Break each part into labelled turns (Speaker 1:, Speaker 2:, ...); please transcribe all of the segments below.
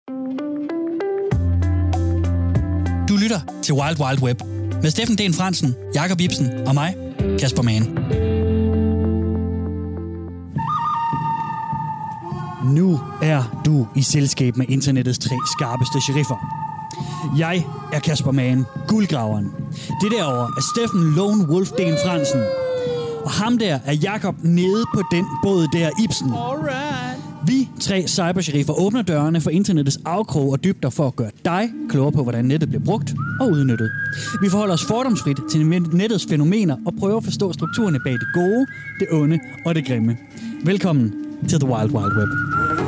Speaker 1: Du lytter til Wild Wild Web med Steffen D. Fransen, Jakob Ibsen og mig, Kasper Mann. Nu er du i selskab med internettets 3 skarpeste sheriffer. Jeg er Kasper Mann, guldgraveren. Det derovre er Steffen Lone Wolf D. Fransen. Og ham der er Jakob nede på den båd der, Ibsen.
Speaker 2: Alright.
Speaker 1: Vi 3 cybersheriffer åbner dørene for internettets afkrog og dybder for at gøre dig klogere på, hvordan nettet bliver brugt og udnyttet. Vi forholder os fordomsfrit til nettets fænomener og prøver at forstå strukturerne bag det gode, det onde og det grimme. Velkommen til The Wild Wild Web.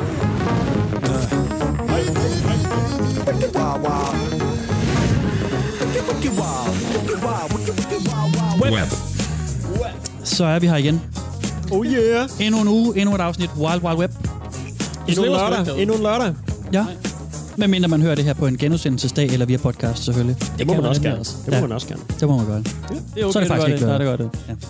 Speaker 2: Web.
Speaker 1: Så er vi her igen.
Speaker 3: Oh yeah!
Speaker 1: Endnu en uge, endnu et afsnit Wild Wild Web.
Speaker 3: Endnu en lørdag.
Speaker 1: Ja. Medmindre man hører det her på en genudsendelsesdag eller via podcast, selvfølgelig.
Speaker 3: Det må man også gerne.
Speaker 1: Det må man gøre.
Speaker 2: Ja, det er okay,
Speaker 1: så er det faktisk ikke
Speaker 2: det. Ja, det gør det.
Speaker 1: Ja.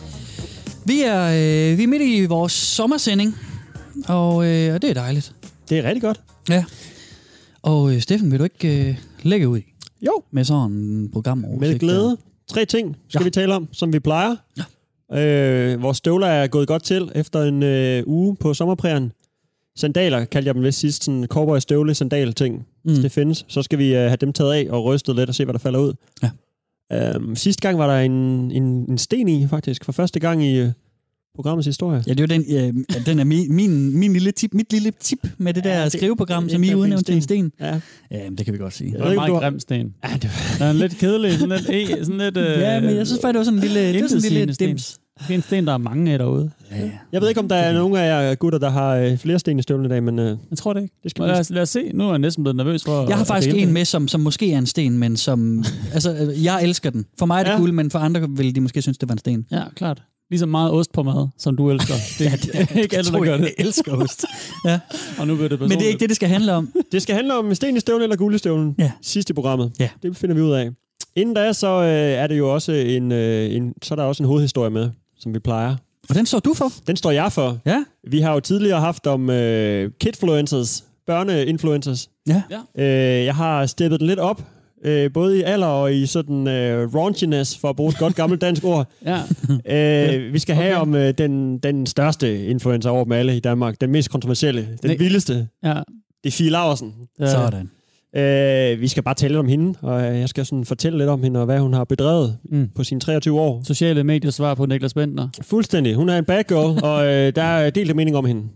Speaker 1: Vi er midt i vores sommersending, og det er dejligt.
Speaker 3: Det er rigtig godt.
Speaker 1: Ja. Og Steffen, vil du ikke lægge ud i?
Speaker 3: Jo.
Speaker 1: Med sådan et program over.
Speaker 3: Med glæde. 3 ting skal vi tale om, som vi plejer. Ja. Vores støvler er gået godt til efter en uge på sommerprærien. Sandaler kaldte jeg dem vist sidst, sådan cowboy-støvle sandal-ting. Hvis det findes, så skal vi have dem taget af og rystet lidt og se, hvad der falder ud. Ja. Sidste gang var der en sten i, faktisk, for første gang i programmets historie.
Speaker 1: Ja, det er jo den er min lille tip, mit lille tip med det der skriveprogram, som I udnævnte til en sten. Ja, det kan vi godt sige.
Speaker 2: Det er en meget grim sten. Ja, det er lidt kedelig, sådan lidt
Speaker 1: ja, men jeg synes faktisk, det var sådan en lille dims.
Speaker 2: Det er en sten, der er mange af derude.
Speaker 1: Ja.
Speaker 3: Jeg ved ikke, om der er nogen af jer gutter, der har flere sten i støvlen i dag, men
Speaker 2: jeg tror det ikke.
Speaker 3: Det skal
Speaker 2: lad os se. Nu er jeg næsten blevet nervøs for.
Speaker 1: Jeg har faktisk en med, som måske er en sten, men som altså, jeg elsker den. For mig er det cool, men for andre vil de måske synes, det var en sten.
Speaker 2: Ja, klart. Ligesom meget ost på mad, som du elsker. Det er ikke alle, der gør det.
Speaker 1: Jeg elsker ost. Ja.
Speaker 2: Og nu bliver det
Speaker 1: men det er ikke det skal handle om.
Speaker 3: Det skal handle om sten i støvlen eller guld i støvlen.
Speaker 1: Ja.
Speaker 3: Sidst i programmet.
Speaker 1: Ja.
Speaker 3: Det finder vi ud af. Inden da, så er det jo også så er der også en hovedhistorie med, som vi plejer.
Speaker 1: Og den står du for?
Speaker 3: Den står jeg for.
Speaker 1: Ja.
Speaker 3: Vi har jo tidligere haft om kidfluencers, børneinfluencers.
Speaker 1: Ja.
Speaker 3: Jeg har steppet den lidt op, både i alder og i sådan raunchiness, for at bruge et godt gammelt dansk ord.
Speaker 2: Ja.
Speaker 3: Vi skal have om den største influencer over dem alle i Danmark. Den mest kontroversielle. Den vildeste.
Speaker 2: Ja.
Speaker 3: Det er Fie Laursen.
Speaker 1: Sådan.
Speaker 3: Vi skal bare tale lidt om hende, og jeg skal sådan fortælle lidt om hende, og hvad hun har bedrevet på sine 23 år.
Speaker 2: Sociale medier svar på Niklas Bentner.
Speaker 3: Fuldstændig. Hun er en bad girl, og der er delte mening om hende.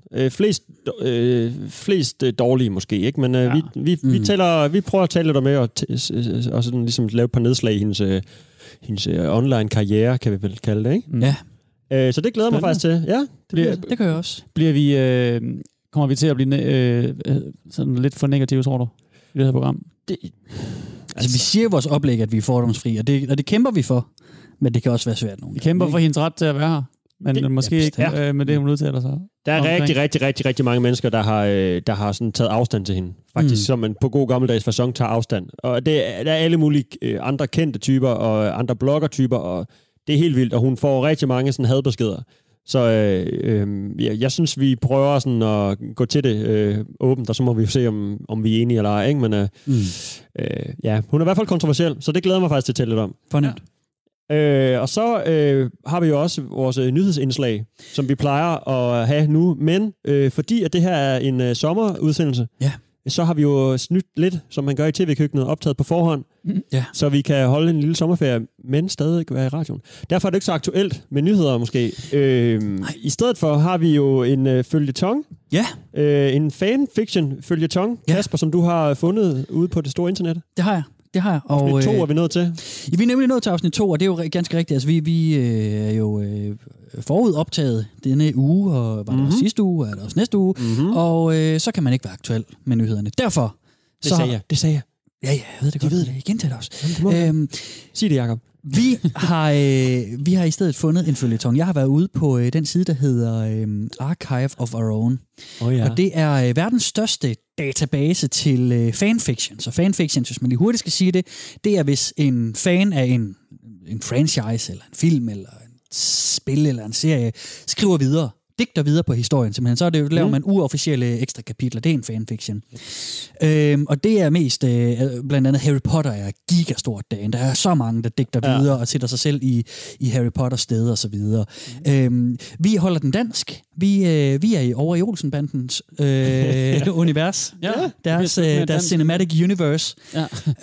Speaker 3: Flest dårlige måske, ikke? Men vi prøver at tale lidt om med, og sådan ligesom lave et par nedslag i hendes online karriere, kan vi vel kalde det, ikke?
Speaker 1: Ja.
Speaker 3: Så det glæder mig faktisk til. Ja,
Speaker 1: det kan jeg også.
Speaker 2: Kommer vi til at blive sådan lidt for negative, tror du, i det her program?
Speaker 1: Altså, vi siger vores oplæg, at vi er fordomsfri, og det kæmper vi for, men det kan også være svært nogle
Speaker 2: gange. Vi kæmper for hendes ret til at være her, men måske ikke med det, hun udtaler sig.
Speaker 3: Der er rigtig mange mennesker, der har sådan taget afstand til hende. Faktisk, som man på god gammeldags facon tager afstand. Og der er alle mulige andre kendte typer, og andre bloggertyper, og det er helt vildt, og hun får rigtig mange sådan hadbeskeder. Så jeg synes, vi prøver sådan at gå til det åbent, og så må vi se, om vi er enige eller ej. Ikke? Men hun er i hvert fald kontroversiel, så det glæder mig faktisk til at tale lidt om.
Speaker 1: Fornemt.
Speaker 3: Og så har vi jo også vores nyhedsindslag, som vi plejer at have nu. Men fordi at det her er en sommerudsendelse, så har vi jo snydt lidt, som man gør i tv-køkkenet, optaget på forhånd, så vi kan holde en lille sommerferie, men stadig være i radioen. Derfor er det ikke så aktuelt med nyheder måske. I stedet for har vi jo en føljeton.
Speaker 1: Ja.
Speaker 3: En fanfiction føljeton, Kasper, som du har fundet ude på det store internet.
Speaker 1: Det har jeg. Og
Speaker 3: afsnit 2 er vi nået til.
Speaker 1: Vi er nemlig nået til afsnit 2, og det er jo ganske rigtigt. Altså, vi er jo forud optaget denne uge, og var der sidste uge, og er der også næste uge, og så kan man ikke være aktuel med nyhederne. Derfor...
Speaker 3: Det sagde jeg.
Speaker 1: Ja, jeg ved det godt. Jeg gentager det også.
Speaker 3: Sig det, Jacob.
Speaker 1: Vi har i stedet fundet en føljeton. Jeg har været ude på den side, der hedder Archive of Our Own. Og det er verdens største database til fanfictions. Og fanfictions, hvis man lige hurtigt skal sige det, det er hvis en fan af en franchise, eller en film, eller en spil, eller en serie, skriver videre digter videre på historien, simpelthen. Så er det jo, laver man uofficielle ekstra kapitler. Det er en fanfiction. Og det er mest, blandt andet Harry Potter er gigastort dagen. Der er så mange, der digter videre og sætter sig selv i Harry Potters sted og så videre. Vi holder den dansk. Vi er over i Olsenbandens univers.
Speaker 2: Ja.
Speaker 1: Deres cinematic universe.
Speaker 2: Ja.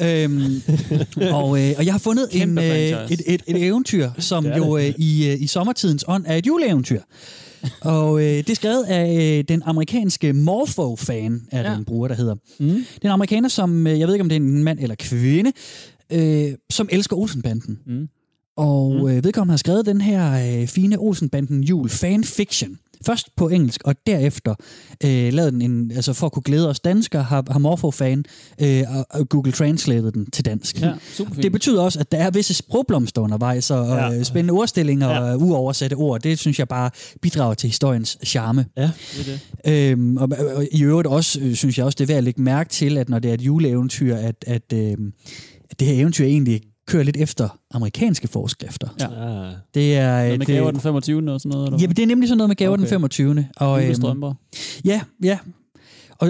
Speaker 1: Og jeg har fundet et eventyr, som jo i sommertidens ånd er et juleeventyr. Og det er skrevet af den amerikanske Morpho-fan, er den bruger, der hedder. Det er en amerikaner, som, jeg ved ikke, om det er en mand eller kvinde, som elsker Olsenbanden. Og vedkommende har skrevet den her fine Olsenbanden jul fanfiction. Først på engelsk, og derefter lavet den altså for at kunne glæde os danskere, har Morpho-fan og Google translated den til dansk.
Speaker 2: Ja,
Speaker 1: det betyder også, at der er visse sprogblomster undervejs, og spændende ordstillinger og uoversatte ord. Det synes jeg bare bidrager til historiens charme.
Speaker 3: Ja,
Speaker 1: det er det. Og i øvrigt også, synes jeg også, det er værd at lægge mærke til, at når det er et juleeventyr, at det her eventyr egentlig kører lidt efter amerikanske forskrifter.
Speaker 2: Ja.
Speaker 1: Det er
Speaker 2: med gaver den 25. og sådan noget? Eller?
Speaker 1: Ja, det er nemlig sådan noget med gaver den 25. Og
Speaker 2: julestrømper.
Speaker 1: Ja. Og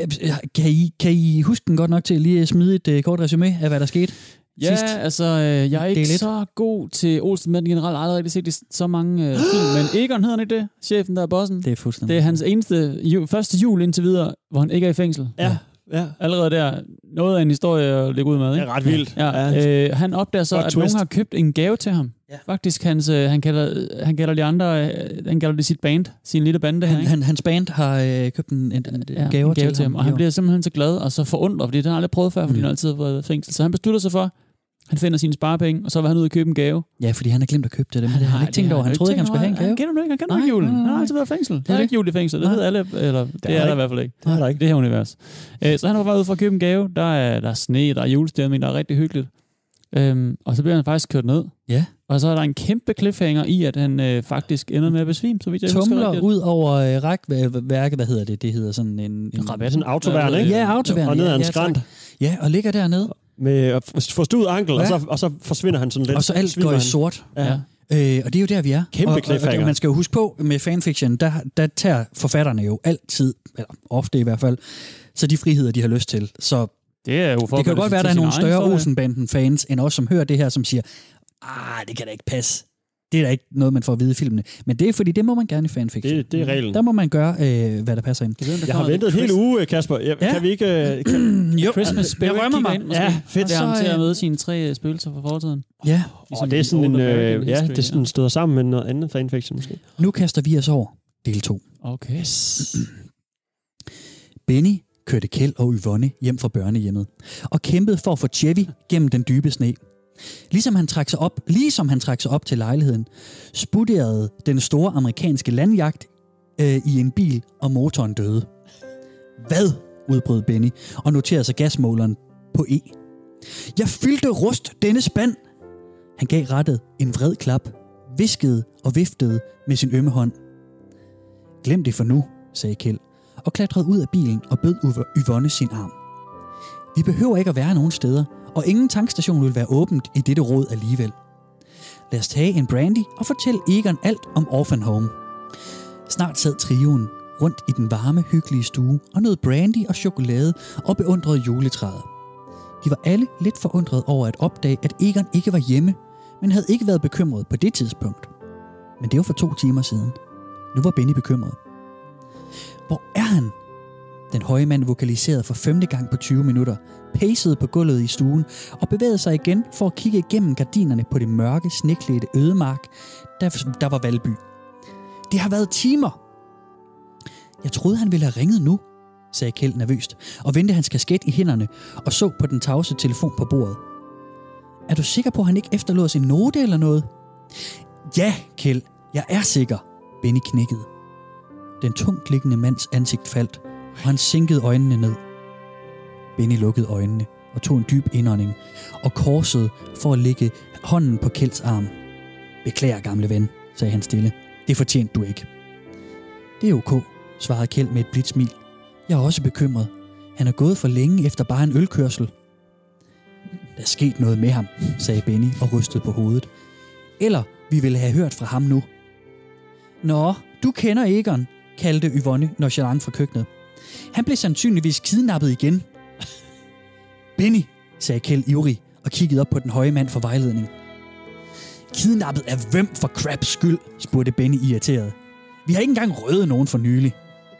Speaker 1: kan I huske den godt nok til at lige smide et kort resume af, hvad der skete?
Speaker 2: Ja,
Speaker 1: sidst?
Speaker 2: altså, jeg er ikke så god til Olsenbanden generelt. Jeg har aldrig rigtig set så mange film, men Egon hedder han ikke det? Chefen, der er bossen.
Speaker 1: Det er fuldstændig.
Speaker 2: Det er hans første jul indtil videre, hvor han ikke er i fængsel.
Speaker 3: Ja.
Speaker 2: Allerede der, noget af en historie at lægge ud med, ikke?
Speaker 3: Det er ret vildt.
Speaker 2: Ja. Han opdager så, at nogen har købt en gave til ham. Ja. Faktisk, han kalder de andre, han kalder det sit band, sin lille bande her, ikke?
Speaker 1: Hans band har købt en gave til ham.
Speaker 2: Og han bliver simpelthen så glad og så forundret, fordi det har han aldrig prøvet før, fordi han altid har været i fængsel. Så han beslutter sig for, han finder sine sparepenge, og så var han ude og købe en gave.
Speaker 1: Ja, fordi han har glemt at købe det. Men det har han ikke tænkt over. Han troede ikke, han skulle have en gave.
Speaker 2: Han kender ikke julen. Han har altid været i fængsel. Der er ikke jul i fængsel. Det ved alle, eller det er der i hvert fald ikke.
Speaker 3: Det er der ikke.
Speaker 2: Det her univers. Så han var bare ude for at købe en gave. Der er sne, der er julestemning, der er rigtig hyggeligt. Og så bliver han faktisk kørt ned.
Speaker 1: Ja.
Speaker 2: Og så er der en kæmpe cliffhanger i, at han faktisk ender med at besvime, så vidt jeg husker rigtigt.
Speaker 1: Tumler ud over rækværket, hvad hedder det? Det hedder sådan en
Speaker 3: rabat, sådan en autoværn, ikke?
Speaker 1: Ja, autoværn.
Speaker 3: Og ned ad en skrant.
Speaker 1: Ja, og ligger dernede.
Speaker 3: Med forstuet ankel, og så forsvinder han sådan lidt.
Speaker 1: Og så alt går i sort.
Speaker 2: Ja.
Speaker 1: Og det er jo der, vi er.
Speaker 3: Kæmpe cliffhanger.
Speaker 1: Og man skal jo huske på, med fanfiction, der tager forfatterne jo altid, eller ofte i hvert fald, så de friheder, de har lyst til. Så
Speaker 2: det kan
Speaker 1: jo godt være, at der er nogle større Olsenbanden-fans end os, som hører det her, som siger, det kan da ikke passe. Det er da ikke noget, man får at vide i filmene. Men det er, fordi det må man gerne i fanfiction.
Speaker 3: Det er reglen.
Speaker 1: Der må man gøre, hvad der passer ind.
Speaker 3: Jeg har ventet en hel uge, Kasper. Kan vi ikke...
Speaker 1: Jo,
Speaker 2: Christmas Spirit.
Speaker 1: Jeg rømmer mig.
Speaker 2: Ja, fedt. Det er ham til at møde sine 3 spøgelser fra fortiden.
Speaker 1: Ja.
Speaker 3: Og det er sådan det er sådan støder sammen med noget andet fanfiction, måske.
Speaker 1: Nu kaster vi os over del 2.
Speaker 2: Okay.
Speaker 1: Benny kørte Kjeld og Yvonne hjem fra børnehjemmet og kæmpede for at få Chevy gennem den dybe sne. Ligesom han trak sig op til lejligheden, spuderede den store amerikanske landjagt i en bil, og motoren døde. Hvad? Udbrød Benny og noterede sig gasmåleren på E. Jeg fyldte rust denne spand. Han gav rattet en vred klap, viskede og viftede med sin ømme hånd. Glem det for nu, sagde Kjeld, og klatrede ud af bilen og bød Yvonne sin arm. Vi behøver ikke at være nogen steder, og ingen tankstation vil være åbent i dette råd alligevel. Lad os tage en brandy og fortæl Egon alt om Orphan Home. Snart sad trioen rundt i den varme, hyggelige stue og nød brandy og chokolade og beundrede juletræet. De var alle lidt forundret over at opdage, at Egon ikke var hjemme, men havde ikke været bekymret på det tidspunkt. Men det var for 2 timer siden. Nu var Benny bekymret. Hvor er han? Den høje mand vokaliserede for 5. gang på 20 minutter, pacede på gulvet i stuen og bevægede sig igen for at kigge igennem gardinerne på det mørke, sneklædte ødemark, der var Valby. Det har været timer. Jeg troede, han ville have ringet nu, sagde Kjeld nervøst, og vendte hans kasket i hænderne og så på den tavse telefon på bordet. Er du sikker på, at han ikke efterlod os en note eller noget? Ja, Kjeld, jeg er sikker, Benny knækkede. Den tungt liggende mands ansigt faldt, og han sænkede øjnene ned. Benny lukkede øjnene og tog en dyb indånding og korsede for at lægge hånden på Kjelds arm. Beklager, gamle ven, sagde han stille. Det fortjente du ikke. Det er ok, svarede Kjeld med et blidt smil. Jeg er også bekymret. Han er gået for længe efter bare en ølkørsel. Der er sket noget med ham, sagde Benny og rystede på hovedet. Eller vi ville have hørt fra ham nu. Nå, du kender Egon, kaldte Yvonne nonchalant fra køkkenet. Han blev sandsynligvis kidnappet igen. Benny, sagde Kjeld ivrig og kiggede op på den høje mand for vejledning. Kidnappet af hvem for craps skyld, spurgte Benny irriteret. Vi har ikke engang røvet nogen for nylig.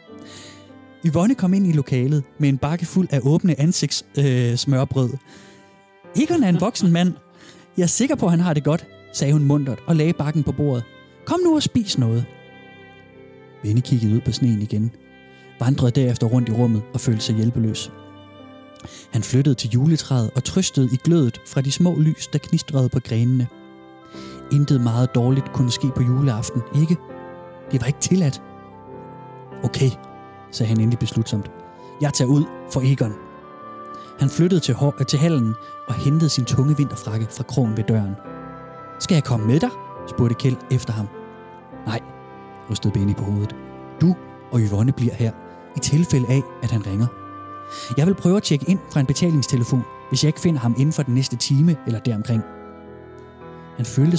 Speaker 1: Yvonne kom ind i lokalet med en bakke fuld af åbne ansigtssmørbrød. Egon er en voksen mand. Jeg er sikker på, at han har det godt, sagde hun muntert og lagde bakken på bordet. Kom nu og spis noget. Benny kiggede ud på sneen igen, vandrede derefter rundt i rummet og følte sig hjælpeløs. Han flyttede til juletræet og trøstede i glødet fra de små lys, der knistrede på grenene. Intet meget dårligt kunne ske på juleaften, ikke? Det var ikke tilladt. Okay, sagde han endelig beslutsomt. Jeg tager ud for Egon. Han flyttede til hallen og hentede sin tunge vinterfrakke fra krogen ved døren. Skal jeg komme med dig? Spurgte Kjeld efter ham. Nej, rystede Benny på hovedet. Du og Yvonne bliver her, i tilfælde af, at han ringer. Jeg vil prøve at tjekke ind fra en betalingstelefon, hvis jeg ikke finder ham inden for den næste time eller deromkring. Han følte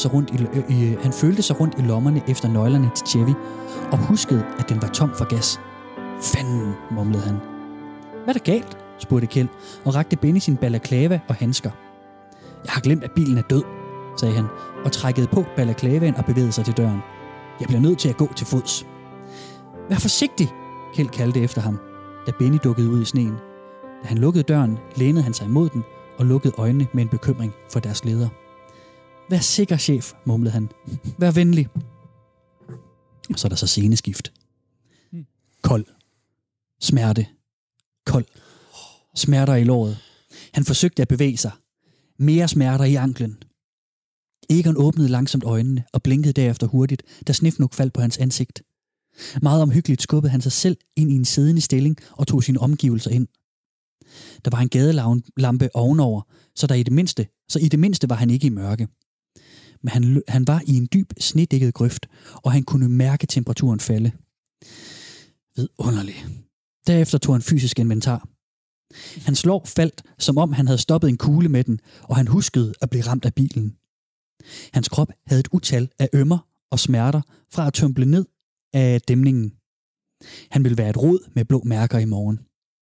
Speaker 1: sig rundt i lommerne efter nøglerne til Chevy og huskede, at den var tom for gas. Fanden, mumlede han. Hvad er der galt? Spurgte Kjeld og rakte Benny sin balaklava og handsker. Jeg har glemt, at bilen er død, sagde han og trækkede på balaklavaen og bevægede sig til døren. Jeg bliver nødt til at gå til fods. Vær forsigtig, Kjeld kaldte efter ham, da Benny dukkede ud i sneen. Da han lukkede døren, lænede han sig imod den og lukkede øjnene med en bekymring for deres leder. Vær sikker, chef, mumlede han. Vær venlig. Og så er der så sceneskift. Kold. Smerte. Kold. Smerter i låret. Han forsøgte at bevæge sig. Mere smerter i anklen. Egon åbnede langsomt øjnene og blinkede derefter hurtigt, da snifnuk faldt på hans ansigt. Meget omhyggeligt skubbede han sig selv ind i en siddende stilling og tog sine omgivelser ind. Der var en gadelampe ovenover, så i det mindste var han ikke i mørke. Men han var i en dyb snedækket grøft, og han kunne mærke temperaturen falde. Vidunderligt. Derefter tog han fysisk inventar. Hans lår faldt, som om han havde stoppet en kugle med den, og han huskede at blive ramt af bilen. Hans krop havde et utal af ømmer og smerter fra at tømple ned af dæmningen. Han ville være et rod med blå mærker i morgen.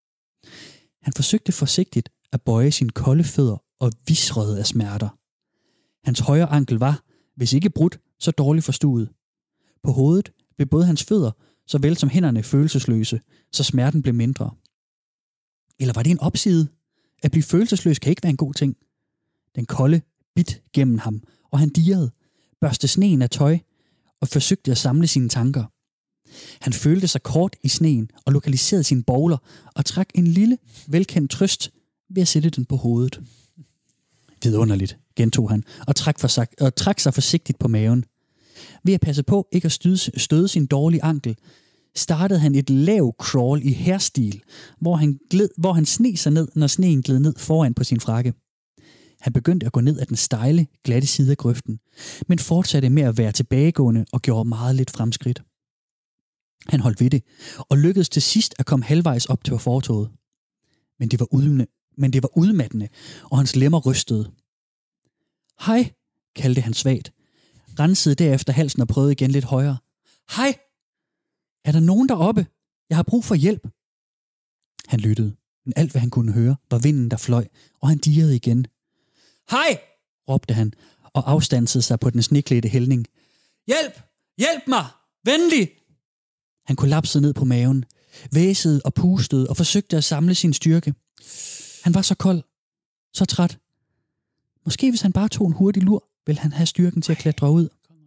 Speaker 1: Han forsøgte forsigtigt at bøje sine kolde fødder og visrede af smerter. Hans højre ankel var, hvis ikke brudt, så dårligt forstuet. På hovedet blev både hans fødder, såvel som hænderne følelsesløse, så smerten blev mindre. Eller var det en opside? At blive følelsesløs kan ikke være en god ting. Den kolde bit gennem ham, og han dirrede, børste sneen af tøj og forsøgte at samle sine tanker. Han følte sig kort i sneen og lokaliserede sine bowler og trak en lille, velkendt trøst ved at sætte den på hovedet. Vidunderligt, gentog han og trak sig forsigtigt på maven. Ved at passe på ikke at støde sin dårlige ankel, startede han et lav crawl i hærstil, hvor han sneg sig ned, når sneen gled ned foran på sin frakke. Han begyndte at gå ned ad den stejle, glatte side af grøften, men fortsatte med at være tilbagegående og gjorde meget lidt fremskridt. Han holdt ved det, og lykkedes til sidst at komme halvvejs op til fortovet. Men det var udmattende, og hans lemmer rystede. Hej, kaldte han svagt, rensede derefter halsen og prøvede igen lidt højere. Hej! Er der nogen deroppe? Jeg har brug for hjælp. Han lyttede, men alt hvad han kunne høre var vinden, der fløj, og han dirrede igen. Hej! råbte han, og afstansede sig på den sneklædte hældning. Hjælp! Hjælp mig! Venlig! Han kollapsede ned på maven, væsede og pustede og forsøgte at samle sin styrke. Han var så kold, så træt. Måske hvis han bare tog en hurtig lur, ville han have styrken til at klatre ud.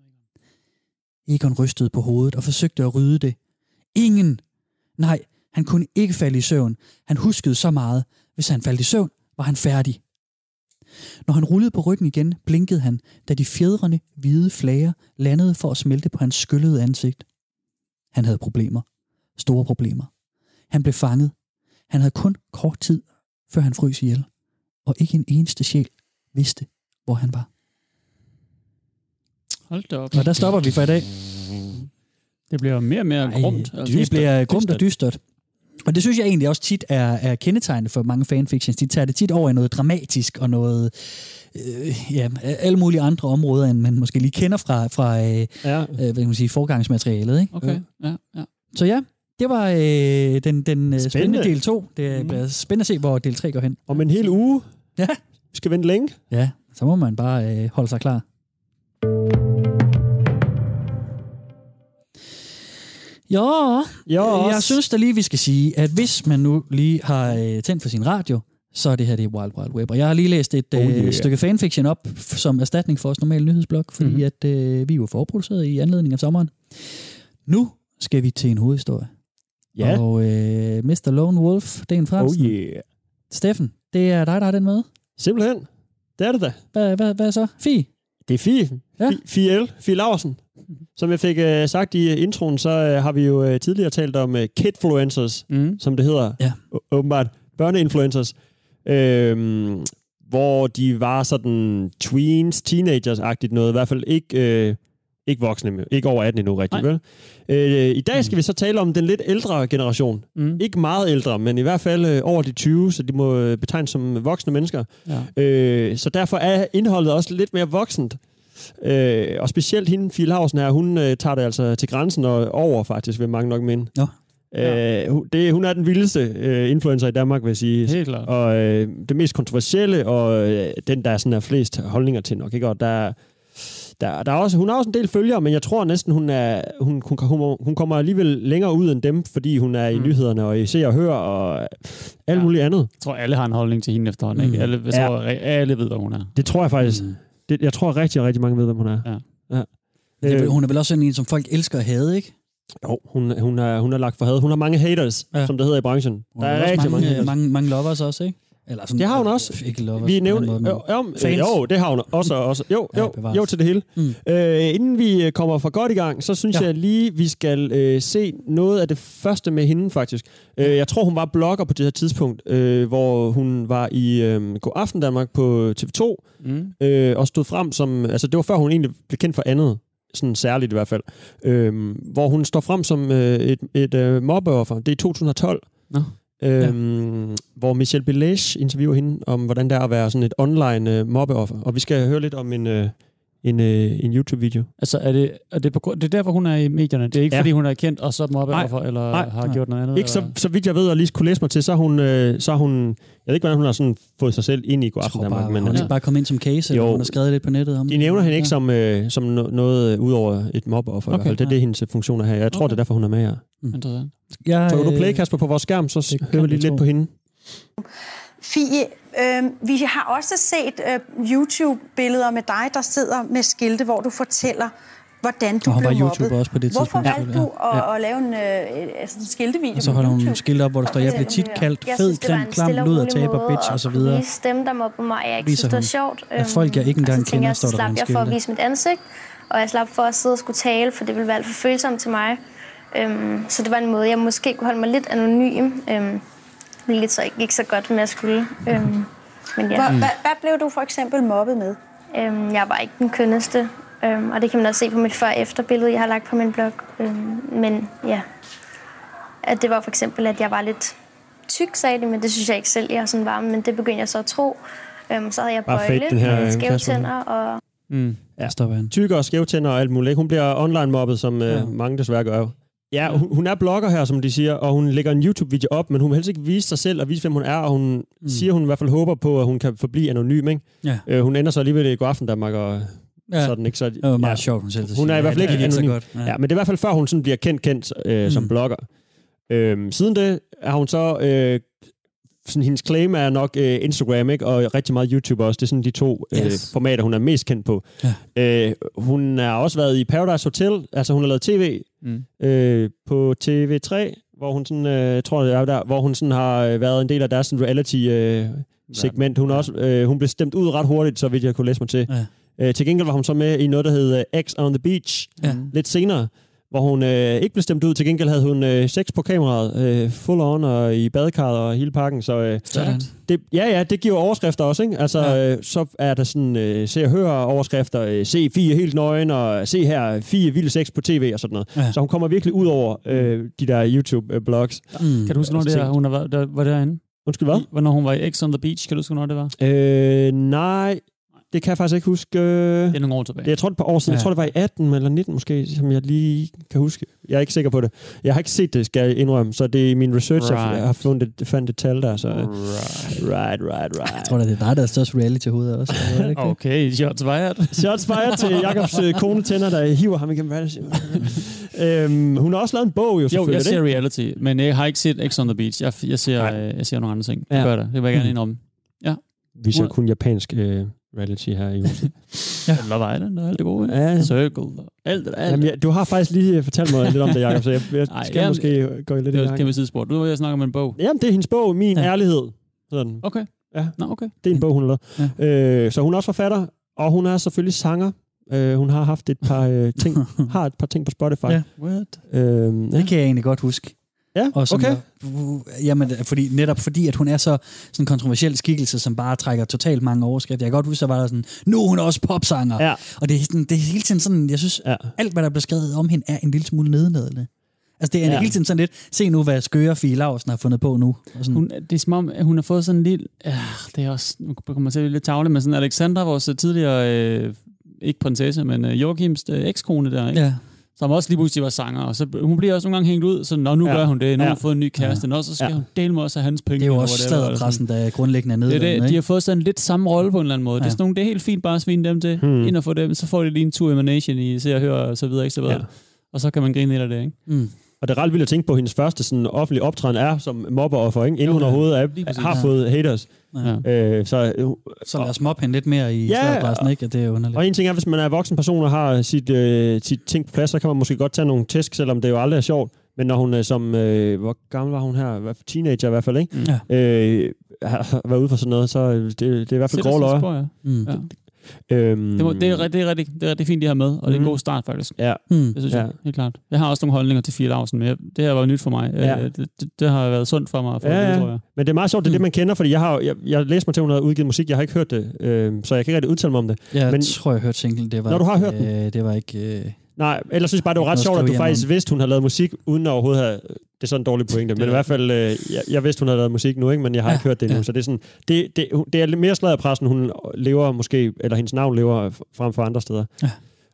Speaker 1: Egon rystede på hovedet og forsøgte at rydde det. Ingen! Nej, han kunne ikke falde i søvn. Han huskede så meget. Hvis han faldt i søvn, var han færdig. Når han rullede på ryggen igen, blinkede han, da de fjedrende, hvide flager landede for at smelte på hans skyllede ansigt. Han havde problemer. Store problemer. Han blev fanget. Han havde kun kort tid, før han frøs ihjel. Og ikke en eneste sjæl vidste, hvor han var.
Speaker 2: Hold da op.
Speaker 1: Og der stopper vi for i dag.
Speaker 2: Det bliver mere og mere grumt.
Speaker 1: Det bliver grumt og dystert. Og det synes jeg egentlig også tit er kendetegnende for mange fanfictions. De tager det tit over i noget dramatisk og noget, alle mulige andre områder, end man måske lige kender fra hvad kan man sige, forgangsmaterialet. Ikke?
Speaker 2: Okay, ja.
Speaker 1: Så ja, det var den spændende del 2. Det bliver spændende at se, hvor del 3 går hen.
Speaker 3: Om en hel uge.
Speaker 1: Ja.
Speaker 3: Vi skal vente længe.
Speaker 1: Ja, så må man bare holde sig klar. Ja, jeg synes da lige, vi skal sige, at hvis man nu lige har tændt for sin radio, så er det her det Wild Wild Web. Og jeg har lige læst et stykke fanfiction op som erstatning for vores normale nyhedsblog, fordi at vi var forproduceret i anledning af sommeren. Nu skal vi til en hovedhistorie.
Speaker 3: Ja.
Speaker 1: Og Mr. Lone Wolf, Dan Fransen. Steffen, det er dig, der har den med?
Speaker 3: Simpelthen. Det er det da.
Speaker 1: Hvad så? Fie?
Speaker 3: Det er Fie. Ja. Fie Laursen. Som jeg fik sagt i introen, så har vi jo tidligere talt om kidfluencers, som det hedder. Ja. Åbenbart børneinfluencers. Hvor de var sådan tweens, teenagers-agtigt noget. I hvert fald ikke voksne, ikke over 18 endnu rigtig, vel? I dag skal vi så tale om den lidt ældre generation. Ikke meget ældre, men i hvert fald over de 20, så de må betegnes som voksne mennesker. Ja. Så derfor er indholdet også lidt mere voksent. Og specielt hende, Fie Laursen her, hun tager det altså til grænsen og over faktisk, vil mange nok minde. Ja. Hun er den vildeste influencer i Danmark, vil jeg sige. Helt klart. Og det mest kontroversielle, og den, der sådan er flest holdninger til nok. Ikke? Og der er også, hun har også en del følgere, men jeg tror næsten, hun kommer alligevel længere ud end dem, fordi hun er i nyhederne, og i ser og hører, og alt muligt andet. Jeg
Speaker 2: tror, alle har en holdning til hende efterhånden. Ikke? Alle ved, hvad hun er.
Speaker 3: Det tror jeg faktisk. Jeg tror rigtig, rigtig mange ved, hvem hun er.
Speaker 1: Ja. Hun er vel også sådan en, som folk elsker at hade, ikke?
Speaker 3: Jo, hun er lagt for had. Hun har mange haters, som det hedder i branchen.
Speaker 1: Der er rigtig mange lovers også, ikke? Eller sådan,
Speaker 3: det har hun også.
Speaker 1: Ikke lovers.
Speaker 3: Vi nævner jo, det har hun også. Jo til det hele. Inden vi kommer for godt i gang, så synes jeg lige, vi skal se noget af det første med hende, faktisk. Jeg tror, hun var blogger på det her tidspunkt, hvor hun var i God Aften Danmark på TV2, og stod frem som... Altså, det var før hun egentlig blev kendt for andet. Sådan særligt i hvert fald. Hvor hun står frem som et mobbeoffer. Det er i 2012. Hvor Michelle Bellage interviewer hende om, hvordan det er at være sådan et online mobbeoffer. Og vi skal høre lidt om en YouTube-video.
Speaker 2: Altså, er det derfor, hun er i medierne? Det er ikke, fordi hun er kendt og så mobbeoffer, eller har gjort noget andet?
Speaker 3: Ikke så vidt jeg ved, og lige kunne læse mig til, så er hun jeg ved ikke, hvordan hun har sådan fået sig selv ind i God Aften Danmark.
Speaker 1: Men hun er bare kommet ind som case, eller hun har skrevet lidt på nettet om.
Speaker 3: De nævner hende ikke som noget ud over et mobbeoffer. Okay, det er det, hendes funktion er her. Jeg tror, det er derfor, hun er med her.
Speaker 2: Interessant.
Speaker 3: Så du play, Kasper, på vores skærm, så hører vi lige lidt på hende.
Speaker 4: Fie, vi har også set YouTube-billeder med dig, der sidder med skilte, hvor du fortæller, hvordan du blev mobbet.
Speaker 1: Også på det
Speaker 4: Hvorfor valgte du at lave en skiltevideo?
Speaker 1: Og så holder hun skilte op, hvor der står, jeg blev tit kaldt fed, grim, klam, luder, taber, bitch og så videre.
Speaker 5: Dem, der mobbede mig, jeg ikke synes, det var sjovt.
Speaker 1: At folk, jeg ikke engang kender, står der på en skilte.
Speaker 5: Så slap jeg for at vise mit ansigt, og jeg slap for at sidde og skulle tale, for det ville være alt for følsomt til mig. Så det var en måde, jeg måske kunne holde mig lidt anonym. Hvilket så ikke så godt, med at skulle. Men ja.
Speaker 4: Hvad blev du for eksempel mobbet med?
Speaker 5: Jeg var ikke den kønneste, og det kan man også se på mit før-efter-billede, jeg har lagt på min blog. Men ja, at det var for eksempel, at jeg var lidt tyk, sagde de, men det synes jeg ikke selv, jeg er sådan varm, men det begyndte jeg så at tro. Så havde jeg bøjle, skæve tænder og...
Speaker 3: Tykker og skæve tænder og alt muligt. Hun bliver online mobbet, som mange desværre gør. Ja, hun er blogger her, som de siger, og hun lægger en YouTube-video op, men hun vil helst ikke vise sig selv og vise, hvem hun er, og hun siger, hun i hvert fald håber på, at hun kan forblive anonym, ikke? Ja. Hun ender så alligevel i God Aften Danmark, og sådan, ikke? Så,
Speaker 1: det var meget sjovt, hun selv
Speaker 3: hun er i hvert fald ikke anonym. Ja, men det er i hvert fald før, hun sådan bliver kendt som blogger. Siden det er hun så... sådan, hendes claim er nok Instagram, ikke? Og rigtig meget YouTube også. Det er sådan de to formater, hun er mest kendt på. Ja. Hun har også været i Paradise Hotel, altså hun har lavet tv på TV3, hvor hun sådan, tror jeg er der, hvor hun sådan har været en del af deres reality-segment. Hun blev stemt ud ret hurtigt, så vidt jeg kunne læse mig til. Ja. Til gengæld var hun så med i noget, der hed X on the Beach, lidt senere, hvor hun ikke blev stemt ud. Til gengæld havde hun sex på kameraet, full on og i badekarret og hele pakken. Så det giver overskrifter også, ikke? Altså, så er der sådan, se og høre overskrifter, se Fie helt nøgen, og se her, Fie vild sex på tv og sådan noget. Ja. Så hun kommer virkelig ud over de der YouTube-blogs.
Speaker 2: Kan du huske, når det her, hun var derinde?
Speaker 3: Undskyld, hvad?
Speaker 2: Hvornår hun var i X on the Beach, kan du huske, når det var?
Speaker 3: Nej, det kan jeg faktisk ikke huske.
Speaker 2: Det er nogle år tilbage.
Speaker 3: Jeg tror, det et par år siden. Jeg tror, det var i 18 eller 19 måske, som jeg lige kan huske. Jeg er ikke sikker på det. Jeg har ikke set det, skal jeg indrømme. Så det er i min research, jeg har fandt et tal der. Så. Right.
Speaker 1: Jeg tror, det er dig, der er størst reality i hovedet også.
Speaker 2: Okay, shots fired.
Speaker 3: Shots fired til Jakobs kone Tænder, der hiver ham igennem reality. Hun har også lavet en bog, jo selvfølgelig.
Speaker 2: Jo, jeg ser reality, men jeg har ikke set X on the Beach. Jeg ser nogle andre ting. Det gør det. Det vil jeg gerne indrømme. Ja.
Speaker 3: Vi ser kun japansk reality her i huset.
Speaker 2: Eller var det? Der er alt det gode. Ja. Circle. Alt.
Speaker 3: Jamen, du har faktisk lige fortalt mig lidt om det, Jacob, så jeg skal måske gå lidt i gang.
Speaker 2: Det er et kæmpe sidesport. Nu vil jeg snakke om en bog.
Speaker 3: Jamen, det er hendes bog, Min Ærlighed. Sådan.
Speaker 2: Okay.
Speaker 3: Ja.
Speaker 2: Nå, okay.
Speaker 3: Det er en bog, hun har lavet. Ja. Så hun er også forfatter, og hun er selvfølgelig sanger. Hun har haft et par ting på Spotify.
Speaker 1: Ja. Det kan jeg egentlig godt huske.
Speaker 3: Ja, okay.
Speaker 1: Jamen, fordi at hun er sådan en kontroversiel skikkelse, som bare trækker totalt mange overskrifter. Jeg kan godt huske, at var der sådan, nu er hun også popsanger. Ja. Og det er hele tiden sådan, jeg synes, alt hvad der bliver skrevet om hende, er en lille smule nedladende. Altså det er hele tiden sådan lidt, se nu, hvad skøre Fie Laursen har fundet på nu.
Speaker 2: Det er som om, hun har fået sådan en lille, det er også, nu kommer jeg til at lidt tavle, men sådan Alexandra, vores tidligere, ikke prinsesse, men Joachims ekskone der, ikke? Ja. Som også lige pludselig var sanger, og så hun bliver også nogle gange hængt ud, så nu gør hun det, nu har hun fået en ny kæreste, og så skal hun dele med også af hans penge.
Speaker 1: Det er jo også sladderpressen, der er grundlæggende nede.
Speaker 2: De har fået sådan lidt samme rolle på en eller anden måde. Det er helt fint bare at svine dem til, ind og få dem, så får de lige en tur emanation i Se og Hør, og så videre, ikke så videre. Og så kan man grine lidt af det, ikke?
Speaker 3: Mm. Og det er ret vildt at tænke på, at hendes første sådan, offentlige optræden er som mobberoffer, ikke? Inden hun overhovedet har fået haters. Ja.
Speaker 1: Så lad os mobbe hende lidt mere i sladderpressen, ikke? Det er underligt.
Speaker 3: Og en ting er, hvis man er voksen person og har sit ting på plads, så kan man måske godt tage nogle tæsk, selvom det jo aldrig er sjovt. Men når hun hvor gammel var hun her? Teenager i hvert fald, ikke? Har været ude for sådan noget, så det er i hvert fald grove løje.
Speaker 2: Det er rigtig fint, de har med, og det er en god start, faktisk. Ja. Det synes jeg, helt klart. Jeg har også nogle holdninger til Fie Laursen, men det her var nyt for mig. Det har været sundt for mig. Tror jeg.
Speaker 3: Men det er meget sjovt, det er det, man kender, fordi jeg læste mig til, hun havde udgivet musik, jeg har ikke hørt det, så jeg kan ikke rigtig udtale mig om det.
Speaker 1: Jeg tror, jeg hørte singlen.
Speaker 3: Når du har hørt den?
Speaker 1: Det var ikke...
Speaker 3: Nej, ellers synes jeg bare, det var ret sjovt, at du faktisk vidste, hun havde lavet musik, uden at overhovedet have... Det er sådan en dårlig pointe, men i hvert fald, jeg vidste, hun havde lavet musik nu, ikke? Men jeg har ikke hørt det endnu, så det er sådan... Det er lidt mere sladderpressen, hun lever måske, eller hendes navn lever frem for andre steder. Ja.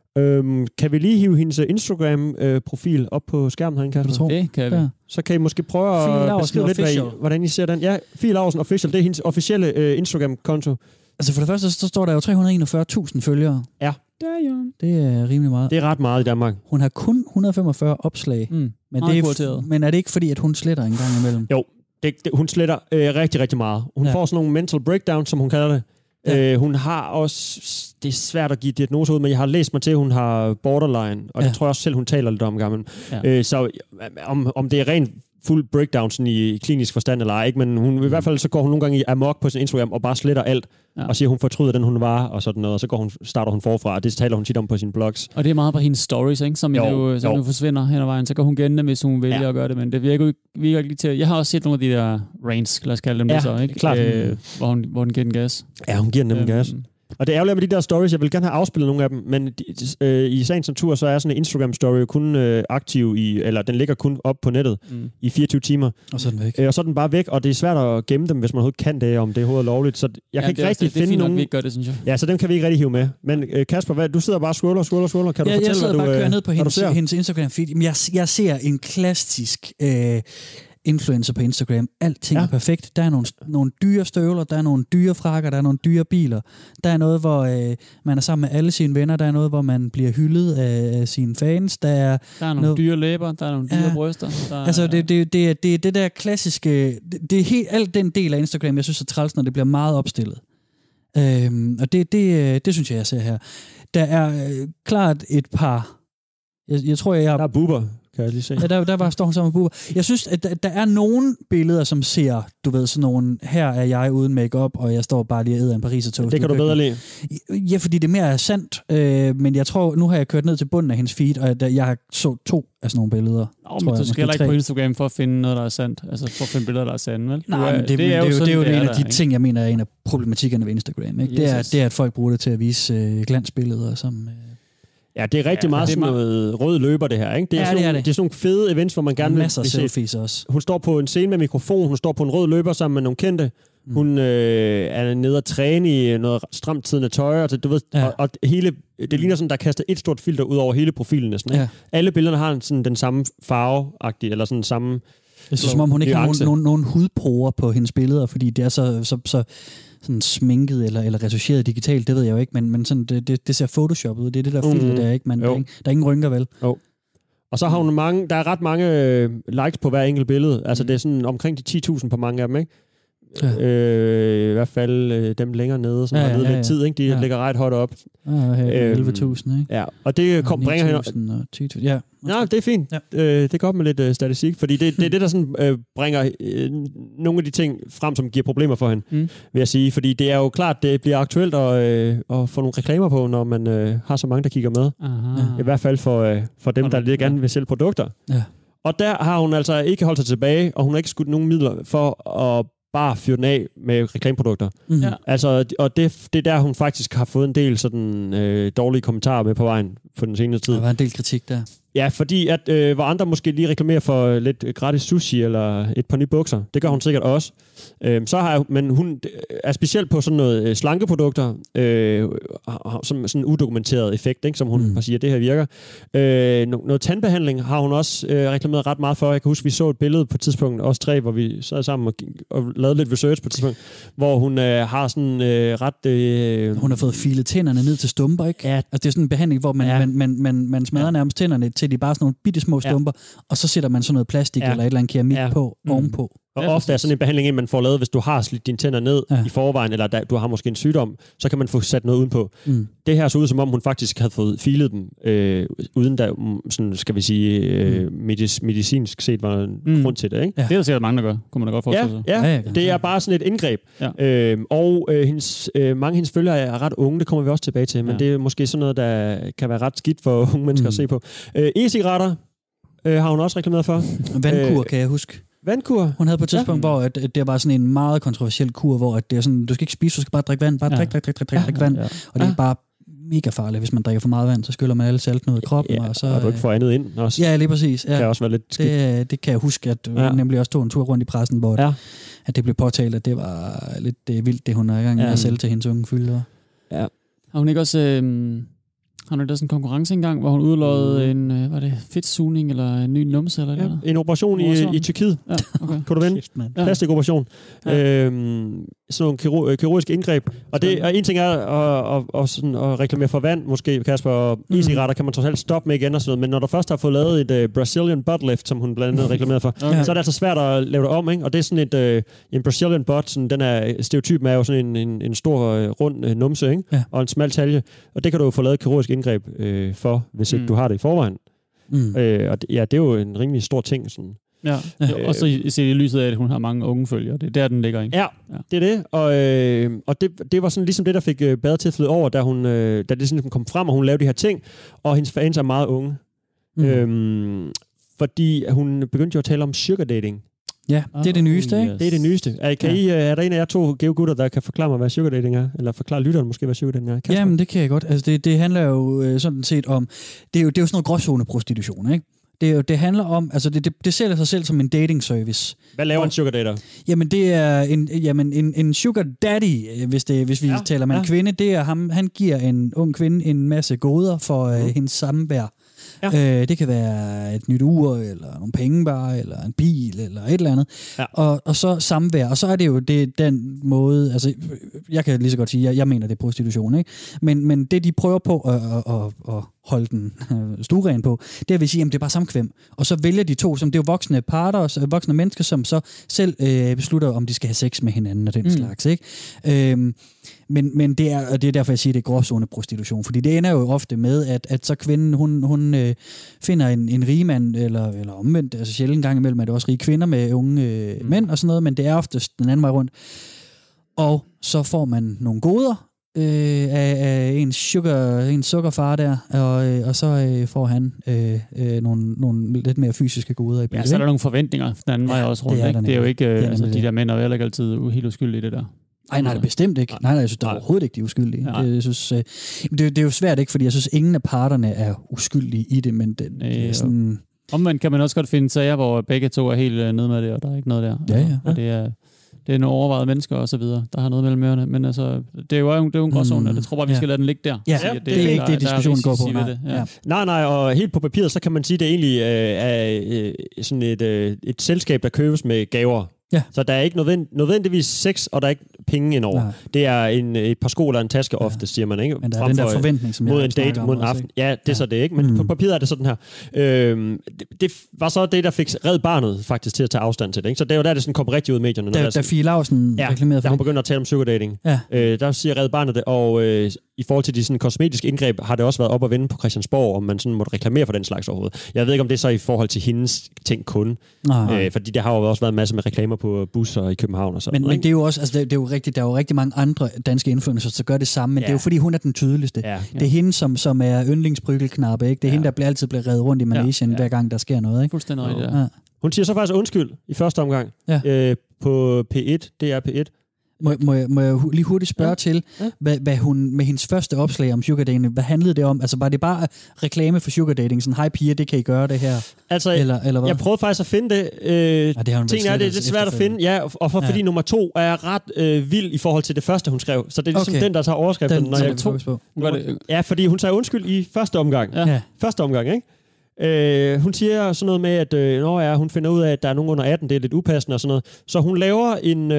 Speaker 3: Kan vi lige hive hendes Instagram-profil op på skærmen herinde, Kasper?
Speaker 2: Det kan vi.
Speaker 3: Så kan I måske prøve at beskrive lidt, hvordan I ser den. Ja, Fie Laursen Official, det er hendes officielle Instagram-konto.
Speaker 1: Altså for det første, så står der jo 341.000 følgere.
Speaker 3: Ja.
Speaker 1: Det er rimelig meget.
Speaker 3: Det er ret meget i Danmark.
Speaker 1: Hun har kun 145 opslag. Men er det ikke fordi, at hun sletter en gang imellem?
Speaker 3: Jo, hun sletter rigtig, rigtig meget. Hun får sådan nogle mental breakdowns, som hun kalder det. Ja. Hun har også, det er svært at give diagnoser ud, men jeg har læst mig til, at hun har borderline, og det tror jeg også selv, hun taler lidt om gammel. Ja. Så om det er rent fuld breakdown sådan i klinisk forstand eller ej, ikke? Men hun, i hvert fald så går hun nogle gange i amok på sin Instagram og bare sletter alt, og siger, hun fortryder den, hun var, og sådan noget, og så starter hun forfra, og det taler hun tit om på sine blogs.
Speaker 2: Og det er meget på hendes stories, ikke? Som jo forsvinder hen ad vejen, så kan hun genne dem, hvis hun vælger at gøre det, men det virker ikke lige til. Jeg har også set nogle af de der rants, lad os kalde dem det så, ikke?
Speaker 3: Klart.
Speaker 2: Hvor hun giver den gas.
Speaker 3: Ja, hun giver den gas. Og det er ærgerligt med de der stories. Jeg vil gerne have afspillet nogle af dem, men i sagens natur, så er sådan en Instagram-story kun aktiv eller den ligger kun op på nettet i 24 timer.
Speaker 1: Og så er den væk.
Speaker 3: Og så er den bare væk, og det er svært at gemme dem, hvis man overhovedet kan det, om det overhovedet er lovligt. Så jeg kan ikke rigtig finde nogen...
Speaker 2: Det er fint, vi ikke gør det, synes jeg.
Speaker 3: Ja, så dem kan vi ikke rigtig hive med. Men Kasper, du sidder bare og scroller. Kan du fortælle, hvad du
Speaker 1: jeg sidder bare og kører ned på hendes Instagram-feed. Jeg ser en klassisk... influencer på Instagram. Alting er perfekt. Der er nogle dyre støvler, der er nogle dyre frakker, der er nogle dyre biler. Der er noget, hvor man er sammen med alle sine venner. Der er noget, hvor man bliver hyldet af sine fans. Der er
Speaker 2: nogle dyre læber, der er nogle dyre bryster.
Speaker 1: Altså, det er det der klassiske... Det er helt alt den del af Instagram, jeg synes er træls, når det bliver meget opstillet. Og det synes jeg ser her. Der er klart et par... Jeg tror,
Speaker 3: der er buber. kan jeg lige se.
Speaker 1: Ja, der står hun sammen med Bubber. Jeg synes, at der er nogle billeder, som ser, du ved, sådan nogle, her er jeg uden makeup og jeg står bare lige og æder en parisertoast.
Speaker 3: Det kan du bedre lide.
Speaker 1: Ja, fordi det mere er sandt, men jeg tror, nu har jeg kørt ned til bunden af hendes feed, og jeg har så 2 af sådan nogle billeder.
Speaker 2: Men du skal heller ikke på Instagram for at finde noget, der er sandt. Altså for at finde billeder, der er sande, vel?
Speaker 1: Nej, men det er jo en af de ting, jeg mener er en af problematikkerne ved Instagram. Ikke? Det er, at folk bruger det til at vise glansbilleder, som...
Speaker 3: Ja, det er rigtig meget sådan noget rød løber, det her. Ikke? Det er sådan nogle fede events, hvor man gerne vil
Speaker 1: se. Selfies også.
Speaker 3: Hun står på en scene med mikrofon, hun står på en rød løber sammen med nogle kendte. Hun er nede og træne i noget stramt tidende tøj, altså, du ved, og hele, det ligner sådan, der kaster et stort filter ud over hele profilen næsten. Ikke? Alle billederne har sådan den samme farve-agtige, eller sådan samme...
Speaker 1: Det er som om hun ikke har nogen hudporer på hendes billeder, fordi det er så sådan sminket eller retuscheret digitalt, det ved jeg jo ikke, men sådan, det ser photoshoppet ud. Det er det der filter, der er ikke, der er ingen rynker, vel?
Speaker 3: Jo. Og så har hun der er ret mange likes på hver enkelt billede. Altså det er sådan omkring de 10.000 på mange af dem, ikke? Ja. I hvert fald dem længere nede, som har lidt tid, ikke? De ligger ret højt op.
Speaker 1: 11.000, ikke?
Speaker 3: Ja, og det bringer hende...
Speaker 1: 10.000, ja.
Speaker 3: Nej, det er fint. Ja. Det er godt med lidt statistik, fordi det er det, der sådan, bringer nogle af de ting frem, som giver problemer for hende, vil jeg sige. Fordi det er jo klart, det bliver aktuelt at få nogle reklamer på, når man har så mange, der kigger med. Aha. I hvert fald for dem, der lidt gerne vil sælge produkter. Ja. Og der har hun altså ikke holdt sig tilbage, og hun har ikke skudt nogen midler for at bare fyre den af med reklameprodukter. Ja. Altså, og det er der, hun faktisk har fået en del sådan dårlige kommentarer med på vejen for den seneste tid.
Speaker 1: Der var en del kritik der.
Speaker 3: Ja, fordi at hvor andre måske lige reklamerer for lidt gratis sushi eller et par nye bukser, det gør hun sikkert også. Men hun er specielt på sådan noget slankeprodukter, som sådan en udokumenteret effekt, ikke, som hun siger, det her virker. Noget tandbehandling har hun også reklameret ret meget for. Jeg kan huske, vi så et billede på et tidspunkt, os 3, hvor vi sad sammen og lavede lidt research på et tidspunkt, hvor hun har sådan ret...
Speaker 1: Hun har fået filet tænderne ned til stumper, ikke? Ja. Altså det er sådan en behandling, hvor man smadrer nærmest tænderne til de bare sådan nogle bitte små stumper, og så sætter man sådan noget plastik eller et eller andet keramik på ovenpå.
Speaker 3: Og ofte er sådan en behandling, man får lavet, hvis du har slidt dine tænder ned i forvejen, eller du har måske en sygdom, så kan man få sat noget udenpå. Det her så ud, som om hun faktisk havde fået filet dem, uden der, sådan, skal vi sige, medicinsk set var en grund til det. Ikke?
Speaker 2: Ja. Det er der sikkert mange, der gør, kunne man da godt forestille sig.
Speaker 3: Ja, det er bare sådan et indgreb. Ja. Mange af hendes følgere er ret unge, det kommer vi også tilbage til, men det er måske sådan noget, der kan være ret skidt for unge mennesker at se på. E-cigaretter har hun også reklameret for.
Speaker 1: Vandkur, kan jeg huske.
Speaker 3: Vandkur?
Speaker 1: Hun havde på et tidspunkt, hvor det var sådan en meget kontroversiel kur, hvor det er sådan, du skal ikke spise, du skal bare drikke vand. Bare drik vand. Ja. Og det er bare mega farligt, hvis man drikker for meget vand, så skyller man alle salten ud af kroppen.
Speaker 3: Ja, og du ikke får andet ind også.
Speaker 1: Ja, lige præcis. Ja.
Speaker 3: Det kan også være lidt skidt.
Speaker 1: Det kan jeg huske, at hun nemlig også tog en tur rundt i pressen, hvor at det blev påtalt, at det var lidt vildt, det hun er i gang med at sælge til hendes unge fylder.
Speaker 2: Ja. Har hun ikke også... Har hun da sådan en konkurrence engang, hvor hun udlåede en, var det fedtsugning eller en ny numse eller noget?
Speaker 3: En operation i Tyrkiet. Ja, okay. Kan du vende? Plastikoperation. Ja. Sådan nogle kirurgiske indgreb. Og en ting er at reklamere for vand, måske, Kasper, og e-cigaretter kan man trods alt stoppe med igen og sådan noget, men når du først har fået lavet et Brazilian butt lift, som hun blandt andet reklameret for, så er det altså svært at lave det om, ikke? Og det er sådan en Brazilian butt, sådan, den er stereotypen er jo sådan en stor rund numse, ikke? Ja. Og en smal talje, og det kan du jo få lavet kirurgisk indgreb for, hvis ikke du har det i forvejen. Og det er jo en rimelig stor ting, sådan.
Speaker 2: Ja, og så ser i lyset af, at hun har mange unge følgere. Det er der, den ligger, ikke?
Speaker 3: Ja, det er det. Og det var sådan ligesom det, der fik bedre til at flyde over, da det sådan kom frem, og hun lavede de her ting, og hendes fans er meget unge. Fordi hun begyndte jo at tale om sugar dating.
Speaker 1: Ja, det er det nyeste, ikke?
Speaker 3: Det er det nyeste. Er der en af jer 2 geogutter, der kan forklare mig, hvad sugar dating er? Eller forklare lytteren måske, hvad sugar dating er? Kasper?
Speaker 1: Jamen, det kan jeg godt. Altså, det handler jo sådan set om... Det er jo sådan noget gråzone-prostitution, ikke? Det handler om, altså det sælger sig selv som en dating service.
Speaker 3: Hvad laver en sugar dater?
Speaker 1: Jamen det er en sugar daddy, hvis vi taler med en kvinde. Det er ham, han giver en ung kvinde en masse goder for hendes samvær. Ja. Det kan være et nyt ur, eller nogle penge bare, eller en bil, eller et eller andet. Ja. Og så samvær. Og så er det jo den måde, altså jeg kan lige så godt sige, jeg mener, det er prostitution, ikke? Men det, de prøver på at holde den stueren på, det vil sige, at det er bare samkvem. Og så vælger de to, som det er jo voksne parter, voksne mennesker, som så selv beslutter, om de skal have sex med hinanden og den slags, ikke? Men det er derfor, jeg siger, det er gråzone prostitution. Fordi det ender jo ofte med, at så kvinden, hun finder en rigmand, eller omvendt, altså sjældent gang imellem er det også rige kvinder med unge mænd og sådan noget, men det er oftest den anden vej rundt. Og så får man nogle goder af en sukkerfar der, og så får han nogle lidt mere fysiske goder i billedet.
Speaker 2: Ja, så er der nogle forventninger den anden vej også rundt. Det er jo ikke, altså de der mænd er jo ikke altid helt uskyldige i det der.
Speaker 1: Nej, det er bestemt ikke. Nej, jeg synes der er overhovedet ikke, de er uskyldige. Det er jo svært ikke, fordi jeg synes, ingen af parterne er uskyldige i det, men det er sådan...
Speaker 2: Omvendt kan man også godt finde sager, hvor begge to er helt nede med det, og der er ikke noget der.
Speaker 1: Ja.
Speaker 2: Og det er nogle overvejede mennesker og så videre, der har noget mellem ørerne. Men altså, det er jo en gråzone, og det tror jeg, vi skal lade den ligge der.
Speaker 1: Ja, det er ikke det, diskussionen går på.
Speaker 3: Nej, og helt på papiret, så kan man sige, at det egentlig er sådan et selskab, der købes med gaver. Ja. Så der er ikke nødvendigvis sex, og der er ikke penge indover. Nej. Det er et par sko eller en taske ofte, siger man, ikke?
Speaker 1: Men der er den der forventning, som
Speaker 3: mod en date, mod en aften. Ja, det er så det, ikke? Men på papiret er det sådan her. Det var så det, der fik Red Barnet faktisk til at tage afstand til det, ikke? Så det er jo der, det sådan kom rigtig ud i medierne.
Speaker 1: Da Fie Laursen reklamerede for
Speaker 3: det. Ja, hun begynder at tale om sugar dating. Ja. Der siger Red Barnet det, og i forhold til de sådan kosmetiske indgreb, har det også været op at vende på Christiansborg, om man sådan måtte reklamere for den slags overhovedet. Jeg ved ikke, om det er så i forhold til hendes ting kun. Fordi der har jo også været en masse med reklamer på busser i København og sådan.
Speaker 1: Men det er jo også, altså det er jo rigtigt, der er jo rigtig mange andre danske influencers, der gør det samme, men det er jo fordi, hun er den tydeligste. Ja. Det er hende, som er yndlingsprykelknappe, ikke? Det er hende, der altid bliver reddet rundt i Malaysia, hver gang der sker noget, ikke?
Speaker 2: Fuldstændig rigtigt, ja.
Speaker 3: Hun siger så faktisk undskyld i første omgang på P1, det er P1.
Speaker 1: Må jeg lige hurtigt spørge til, hvad hun med hendes første opslag om sugar dating, hvad handlede det om? Altså var det bare reklame for sugar dating, sådan, hej piger, det kan I gøre det her?
Speaker 3: Altså, eller hvad? Jeg prøvede faktisk at finde det. Ting er det lidt svært at finde, fordi nummer 2 er ret vild i forhold til det første, hun skrev. Så det er ligesom den, der tager overskriften, når jeg tog. Ja, fordi hun sagde undskyld i første omgang. Ja. Første omgang, ikke? Hun siger sådan noget med, at hun finder ud af, at der er nogen under 18, det er lidt upassende og sådan noget. Så hun laver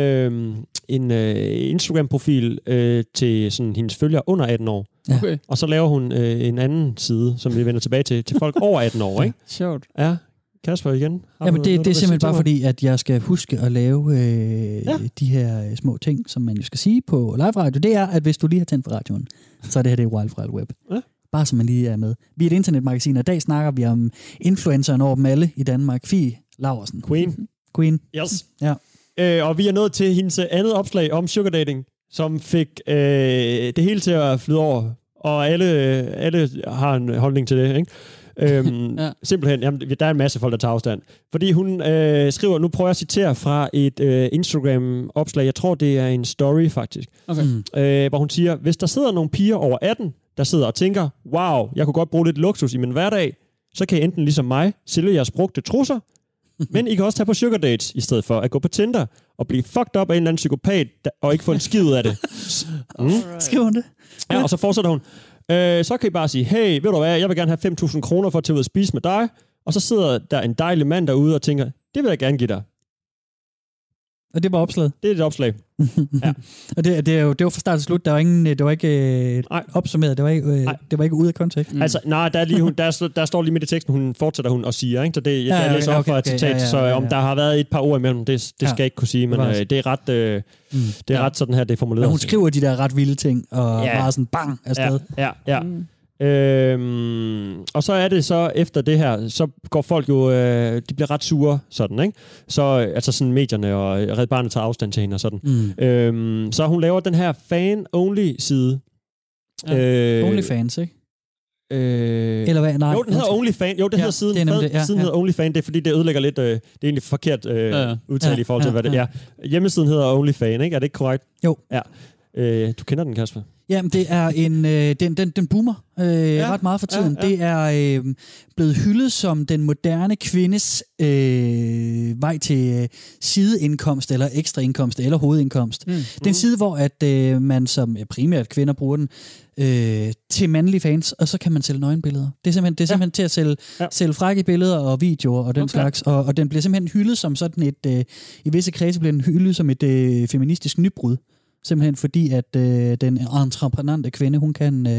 Speaker 3: en Instagram-profil til sådan, hendes følgere under 18 år. Okay. Og så laver hun en anden side, som vi vender tilbage til folk over 18 år. Ikke?
Speaker 2: Sjovt.
Speaker 3: Ja. Kasper igen.
Speaker 1: Jamen det er simpelthen bare fordi, at jeg skal huske at lave de her små ting, som man jo skal sige på live radio. Det er, at hvis du lige har tændt for radioen, så er det her det Wild Wild Web. Ja. Bare så man lige er med. Vi er et internetmagasin, og i dag snakker vi om influenceren over dem alle i Danmark. Fie Laursen. Queen.
Speaker 3: Yes. Ja. Og vi er nået til hendes andet opslag om sugar dating, som fik det hele til at flyde over. Og alle har en holdning til det, ikke? Simpelthen, jamen, der er en masse folk, der tager afstand. Fordi hun skriver, nu prøver jeg at citere fra et Instagram-opslag, jeg tror, det er en story faktisk, hvor hun siger, hvis der sidder nogle piger over 18, der sidder og tænker, wow, jeg kunne godt bruge lidt luksus i min hverdag, så kan I enten ligesom mig sælge jeres brugte trusser, men I kan også tage på sugar dates, i stedet for at gå på Tinder og blive fucked up af en eller anden psykopat, og ikke få en skid ud af det.
Speaker 1: Skriver hun det?
Speaker 3: Ja, og så fortsætter hun. Så kan I bare sige, hey, ved du hvad, jeg vil gerne have 5.000 kroner for at tage ud og spise med dig, og så sidder der en dejlig mand derude og tænker, det vil jeg gerne give dig.
Speaker 1: Og det var opslaget?
Speaker 3: Det er et opslag. Ja.
Speaker 1: Og det var fra start til slut. Det var ikke opsummeret. Det var ikke ude af kontekst.
Speaker 3: Altså, nej, der står lige midt i teksten, hun fortsætter og siger, ikke? Så det, jeg læser op for et citat, så om der har været et par ord imellem, det skal jeg ikke kunne sige, men det er ret, det er ret sådan her, det er formuleret.
Speaker 1: Men hun skriver de der ret vilde ting, og bare sådan bang afsted.
Speaker 3: Ja. Og så er det så efter det her, så går folk jo, de bliver ret sure, sådan, ikke? Så altså sådan medierne og Red Barnet tager afstand til hende og sådan. Så hun laver den her fan-only side.
Speaker 1: OnlyFans, ikke? Eller hvad? Nej.
Speaker 3: Jo, den hedder OnlyFans. Jo, det hedder siden. Siden hedder OnlyFans, det er fordi, det ødelægger lidt, det er egentlig forkert udtale i forhold til, hvad det er. Hjemmesiden hedder OnlyFans, ikke? Er det ikke korrekt?
Speaker 1: Jo.
Speaker 3: Ja. Du kender den, Kasper?
Speaker 1: Jamen, det er den boomer ret meget for tiden. Ja. Det er blevet hyldet som den moderne kvindes vej til sideindkomst, eller ekstra indkomst, eller hovedindkomst. Det er en side, hvor at man som primært kvinder bruger den til mandlige fans, og så kan man sælge nøgenbilleder. Det er simpelthen til at sælge frække billeder og videoer og den slags, og den bliver simpelthen hyldet som sådan et, i visse kredse bliver den hyldet som et feministisk nybrud. Simpelthen fordi, at den entreprenante kvinde, hun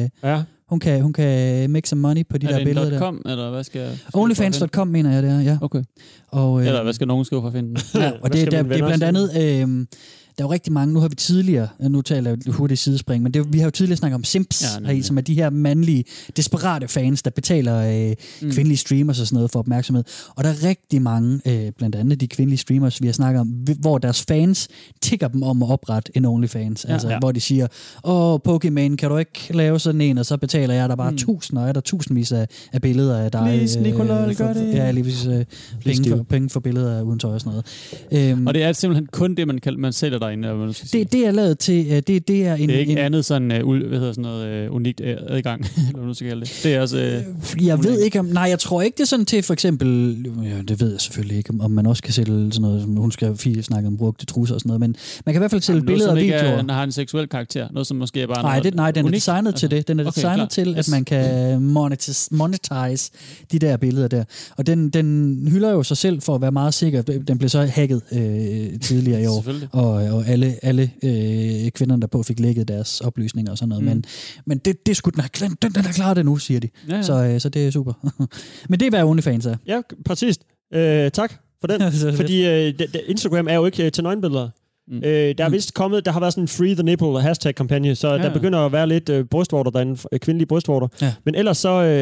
Speaker 1: kan make some money på de der billeder der.
Speaker 2: .com, eller hvad skal jeg...
Speaker 1: Onlyfans.com, mener jeg, det er, ja.
Speaker 2: Okay.
Speaker 1: Og,
Speaker 2: eller hvad skal nogen skrive for at finde den?
Speaker 1: Ja, og det er blandt andet der er jo rigtig mange, nu har vi tidligere, nu taler jeg hurtigt sidespring, men vi har jo tidligere snakket om simps, som er de her mandlige, desperate fans, der betaler kvindelige streamers og sådan noget for opmærksomhed. Og der er rigtig mange, blandt andet de kvindelige streamers, vi har snakket om, hvor deres fans tigger dem om at oprette en OnlyFans. Hvor de siger, Pokémon, kan du ikke lave sådan en, og så betaler jeg der bare 1000, og er der tusindvis af billeder af dig.
Speaker 2: Please, Nicolai, gør det.
Speaker 1: Ja, lige præcis penge for billeder uden tøj og sådan noget.
Speaker 2: Og det er simpelthen kun det, man sælger derinde.
Speaker 1: Det er lavet til... Det er
Speaker 2: ikke andet sådan, unikt adgang, eller hvad du skal kalde det. Det er også...
Speaker 1: jeg ved ikke om... Nej, jeg tror ikke, det er sådan til for eksempel... Ja, det ved jeg selvfølgelig ikke, om man også kan sælge sådan noget, som hun skal snakke om brugte trusser og sådan noget, men man kan i hvert fald sælge billeder og videoer. Noget,
Speaker 2: som har en seksuel karakter. Noget, som måske er bare
Speaker 1: nej, den er designet til det. Den er designet til, at man kan monetize de der billeder der. Og den hylder jo sig selv for at være meget sikker. Den blev så hacket tidligere i år. Og alle kvinderne derpå fik lækket deres oplysninger og sådan noget. Men det skulle den er klar det nu, siger de. Ja. Så det er super. Men det er, hvad OnlyFans er.
Speaker 3: Ja, præcis. Tak for den. Fordi Instagram er jo ikke til nøgenbilleder. Der er vist kommet, der har været sådan en Free the Nipple hashtag-kampagne, så der begynder at være lidt brystvorter derinde, kvindelige brystvorter. Ja. Men ellers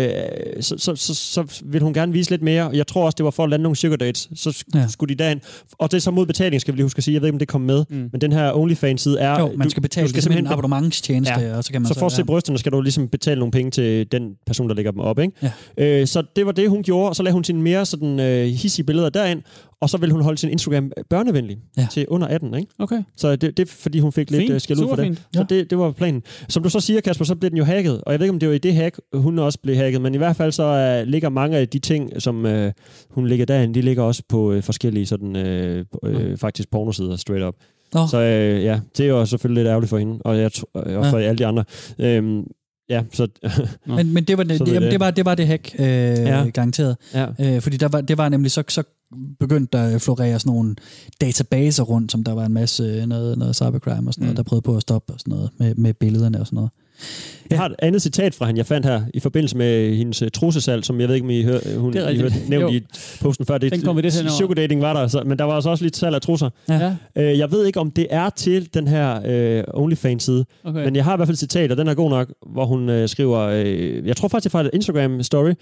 Speaker 3: så vil hun gerne vise lidt mere. Jeg tror også, det var for at lande nogle sugar dates. Så skulle de derhen. Og det er så mod betaling, skal vi lige huske at sige. Jeg ved ikke, om det kom med. Men den her OnlyFans-side er...
Speaker 1: Jo, man skal betale. Du skal simpelthen en abonnementstjeneste, og så kan man
Speaker 3: så for at se brysterne, skal du ligesom betale nogle penge til den person, der lægger dem op, ikke? Ja. Så det var det, hun gjorde. Og så lagde hun sine mere sådan hissige billeder derind. Og så vil hun holde sin Instagram børnevenlig til under 18, ikke?
Speaker 2: Okay.
Speaker 3: Så det er fordi, hun fik lidt skæld ud for det. Så det var planen. Som du så siger, Kasper, så blev den jo hacket. Og jeg ved ikke, om det var i det hack, hun også blev hacket. Men i hvert fald så ligger mange af de ting, som hun ligger derinde, de ligger også på forskellige sådan, faktisk pornosider straight up. Så det er jo selvfølgelig lidt ærgerligt for hende. Og for alle de andre. Ja, så...
Speaker 1: men det var det hack, garanteret. Ja. Fordi det var nemlig så begyndt der at florere sådan nogle databaser rundt, som der var en masse noget cybercrime og sådan noget, der prøvede på at stoppe og sådan noget med billederne og sådan noget.
Speaker 3: Jeg har et andet citat fra hende, jeg fandt her i forbindelse med hendes trussesalg, som jeg ved ikke, om I hørte nævnt i posten før. Sugar dating var der, men der var også lidt salg af trusser. Ja. Jeg ved ikke, om det er til den her OnlyFans-side, men jeg har i hvert fald et citat, og den er god nok, hvor hun skriver, jeg tror faktisk, det er fra et Instagram-story,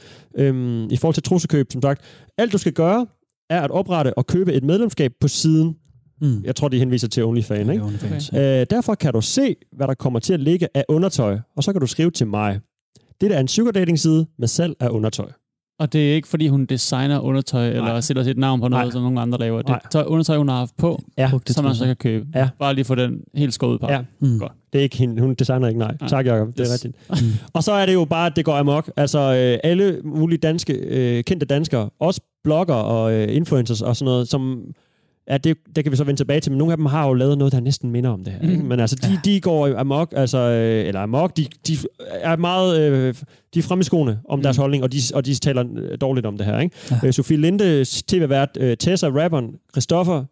Speaker 3: i forhold til trussekøb, som sagt. Alt du skal gøre, er at oprette og købe et medlemskab på siden. Jeg tror, de henviser til OnlyFans, ikke? Okay. Derfor kan du se, hvad der kommer til at ligge af undertøj, og så kan du skrive til mig. Det er en sugar dating side med salg af undertøj.
Speaker 2: Og det er ikke, fordi hun designer undertøj, eller sætter sit navn på noget, som nogle andre laver. Det er undertøj, hun har haft på, som man så kan købe. Ja. Bare lige få den helt skåret ud på. Ja.
Speaker 3: Godt. Det er ikke hende. Hun designer ikke, nej. Tak, Jacob. Det er rigtigt. Og så er det jo bare, at det går amok. Altså, alle mulige kendte danskere, også blogger og influencers og sådan noget, som... Ja, det kan vi så vende tilbage til, men nogle af dem har jo lavet noget, der næsten minder om det her. Ikke? Men altså, de går jo amok, eller amok, de er meget, de er fremme i skoene om deres holdning, og de taler dårligt om det her. Ikke? Ja. Sofie Linde, tv-vært, Tessa, rapperen, Christoffer,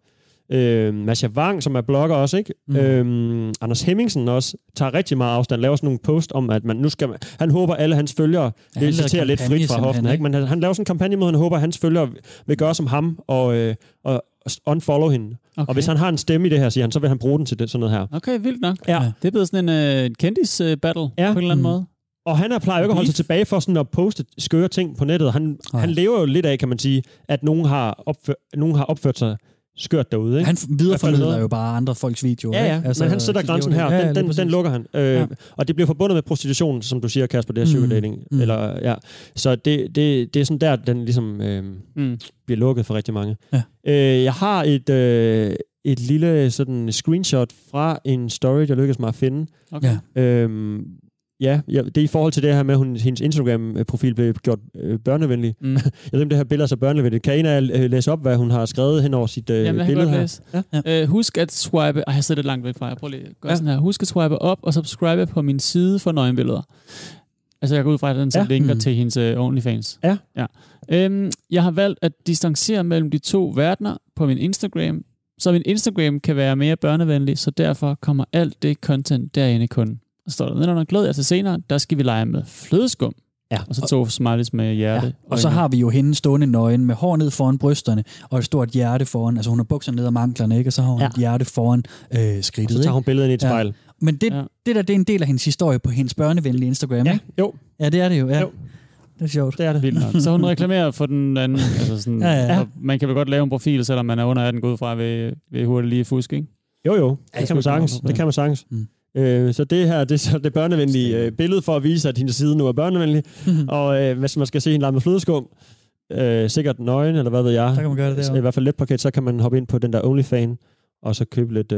Speaker 3: Masha Wang, som er blogger også, ikke? Anders Hemmingsen også tager rigtig meget afstand, laver sådan nogle post om, at han håber alle hans følgere vil citere lidt frit fra hoften, ikke? Men han laver sådan en kampagne mod, han håber, at hans følgere vil gøre som ham og unfollow hende. Okay. Og hvis han har en stemme i det her, siger han, så vil han bruge den til det, sådan noget her.
Speaker 2: Okay, vildt nok. Ja. Det er blevet sådan en kendis-battle på en eller anden måde.
Speaker 3: Og han plejer jo ikke at holde sig tilbage for sådan at poste skøre ting på nettet. Han lever jo lidt af, kan man sige, at nogen har opført sig skørt derude, ikke?
Speaker 1: Han videreformidler jo bare andre folks videoer.
Speaker 3: Ja, ikke? Altså, men han sætter grænsen her. Den lukker han. Og det bliver forbundet med prostitution, som du siger, Kasper, det er sugar dating. Så det er sådan der, den ligesom bliver lukket for rigtig mange. Ja. Jeg har et lille sådan screenshot fra en story, der lykkedes mig at finde. Okay. Det er i forhold til det her med, at hendes Instagram-profil blev gjort børnevenlig. Jeg ved, om det her billede er så børnevenligt. Kan en af jer læse op, hvad hun har skrevet hen over sit billede her?
Speaker 2: Ja. Husk at swipe... jeg sidder lidt langt væk fra. Jeg prøver lige at gøre sådan her. Husk at swipe op og subscribe på min side for nøgenbilleder. Altså, jeg går ud fra, at den så linker til hendes OnlyFans. Ja. Jeg har valgt at distancere mellem de to verdener på min Instagram, så min Instagram kan være mere børnevenlig, så derfor kommer alt det content derinde kun. Så står der nedenunder, glæd jer til senere, der skal vi lege med flødeskum.
Speaker 3: Ja.
Speaker 2: Og så 2 smileys med hjerte.
Speaker 1: Ja. Og så har vi jo hende stående nøgen med hår ned foran brysterne, og et stort hjerte foran. Altså hun har bukser ned om anklerne, ikke? Og så har hun et hjerte foran skridtet.
Speaker 3: Og så tager hun billedet ind i et spejl.
Speaker 1: Men det er en del af hendes historie på hendes børnevenlige Instagram, ikke?
Speaker 3: Jo.
Speaker 1: Ja, det er det jo. Ja.
Speaker 3: Jo.
Speaker 1: Det er sjovt.
Speaker 3: Det er det.
Speaker 2: Vildt nok. Så hun reklamerer for den anden. Altså sådan, og man kan vel godt lave en profil, selvom man er under 18 gået fra ved hurtigt lige fusk, ikke?
Speaker 3: Jo. Det kan man sagtens. Det kan man sagtens. Så det her, det er så det børnevenlige billede for at vise, at hendes side nu er børnevenlig. Og hvis man skal se hende lege med flødeskum, sikkert nøgen, eller hvad ved jeg.
Speaker 1: Så kan man gøre det der.
Speaker 3: I hvert fald let paket, så kan man hoppe ind på den der OnlyFans, og så købe lidt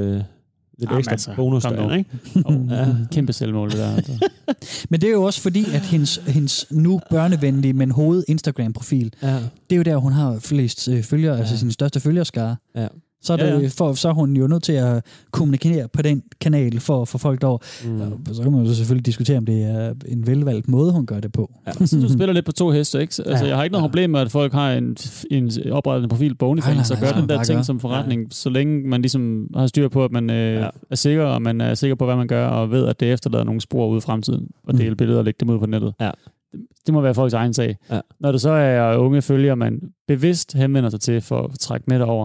Speaker 3: ekstra bonus der, ikke?
Speaker 2: Kæmpe selvmål, det der. Altså.
Speaker 1: Men det er jo også fordi, at hendes nu børnevenlige, men hoved Instagram-profil, det er jo der, hun har flest følgere, altså sin største følgerskare. Ja. Så er hun jo nødt til at kommunikere på den kanal for at få folk derover. Så kan man jo selvfølgelig diskutere, om det er en velvalgt måde, hun gør det på.
Speaker 2: Ja. Så du spiller lidt på 2 heste, ikke? Altså, jeg har ikke noget problem med, at folk har en oprettende profil på OnlyFans, og gør den der ting som forretning, så længe man ligesom har styr på, at man er sikker, og man er sikker på, hvad man gør, og ved, at det efterlader nogle spor ude i fremtiden, og dele billeder og lægge dem ud på nettet. Ja. Det må være folks egen sag. Ja. Når det så er unge følger, man bevidst henvender sig til for at trække med derover.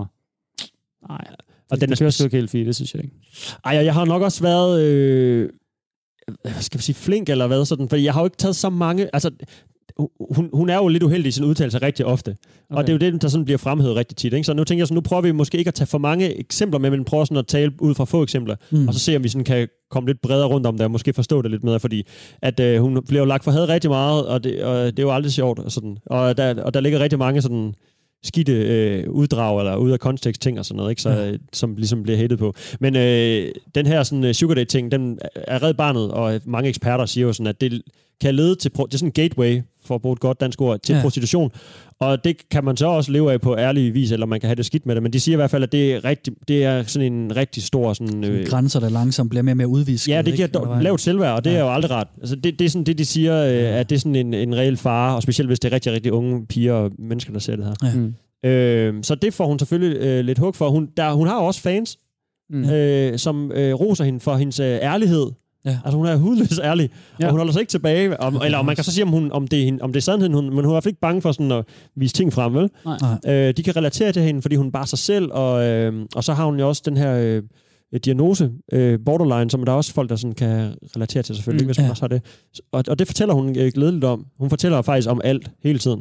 Speaker 2: Nej, og den er sgu ikke helt fint, det synes jeg ikke.
Speaker 3: Ej, jeg har nok også været, skal vi sige, flink eller hvad sådan, for jeg har jo ikke taget så mange, altså, hun er jo lidt uheldig i sin udtalelse rigtig ofte, og det er jo det, der sådan bliver fremhævet rigtig tit, ikke? Så nu tænker jeg sådan, nu prøver vi måske ikke at tage for mange eksempler med, men prøver sådan at tale ud fra få eksempler, og så se, om vi sådan kan komme lidt bredere rundt om det, og måske forstå det lidt mere, fordi at hun bliver jo lagt for had rigtig meget, og det er jo aldrig sjovt, og sådan, og der ligger rigtig mange sådan skidte uddrag eller ud af kontekst ting og sådan noget, ikke? Så, som ligesom bliver hatet på. Men den her sådan sugar date ting, den er Red Barnet, og mange eksperter siger jo sådan, at det kan lede til, det er sådan en gateway, for at bruge et godt dansk ord, til prostitution. Og det kan man så også leve af på ærlig vis, eller man kan have det skidt med det, men de siger i hvert fald, at det er sådan en rigtig stor sådan
Speaker 1: grænser, der langsomt bliver mere og mere udvisket.
Speaker 3: Ja, det giver lavt selvværd, og det er jo aldrig ret. Altså det er sådan det, de siger, at det er sådan en reel fare, og specielt hvis det er rigtig, rigtig unge piger og mennesker, der ser det her. Ja. Så det får hun selvfølgelig lidt hug for. Hun har også fans, som roser hende for hendes ærlighed. Ja. Altså hun er hudløs ærlig, og hun holder sig ikke tilbage. Eller man kan så sige, om det er sandheden, men hun er i hvert fald ikke bange for sådan at vise ting frem, vel? De kan relatere til hende, fordi hun er bare sig selv, og så har hun jo også den her diagnose, borderline, som der er også folk, der sådan kan relatere til selvfølgelig, hvis hun også har det. Og det fortæller hun glædeligt om. Hun fortæller faktisk om alt, hele tiden.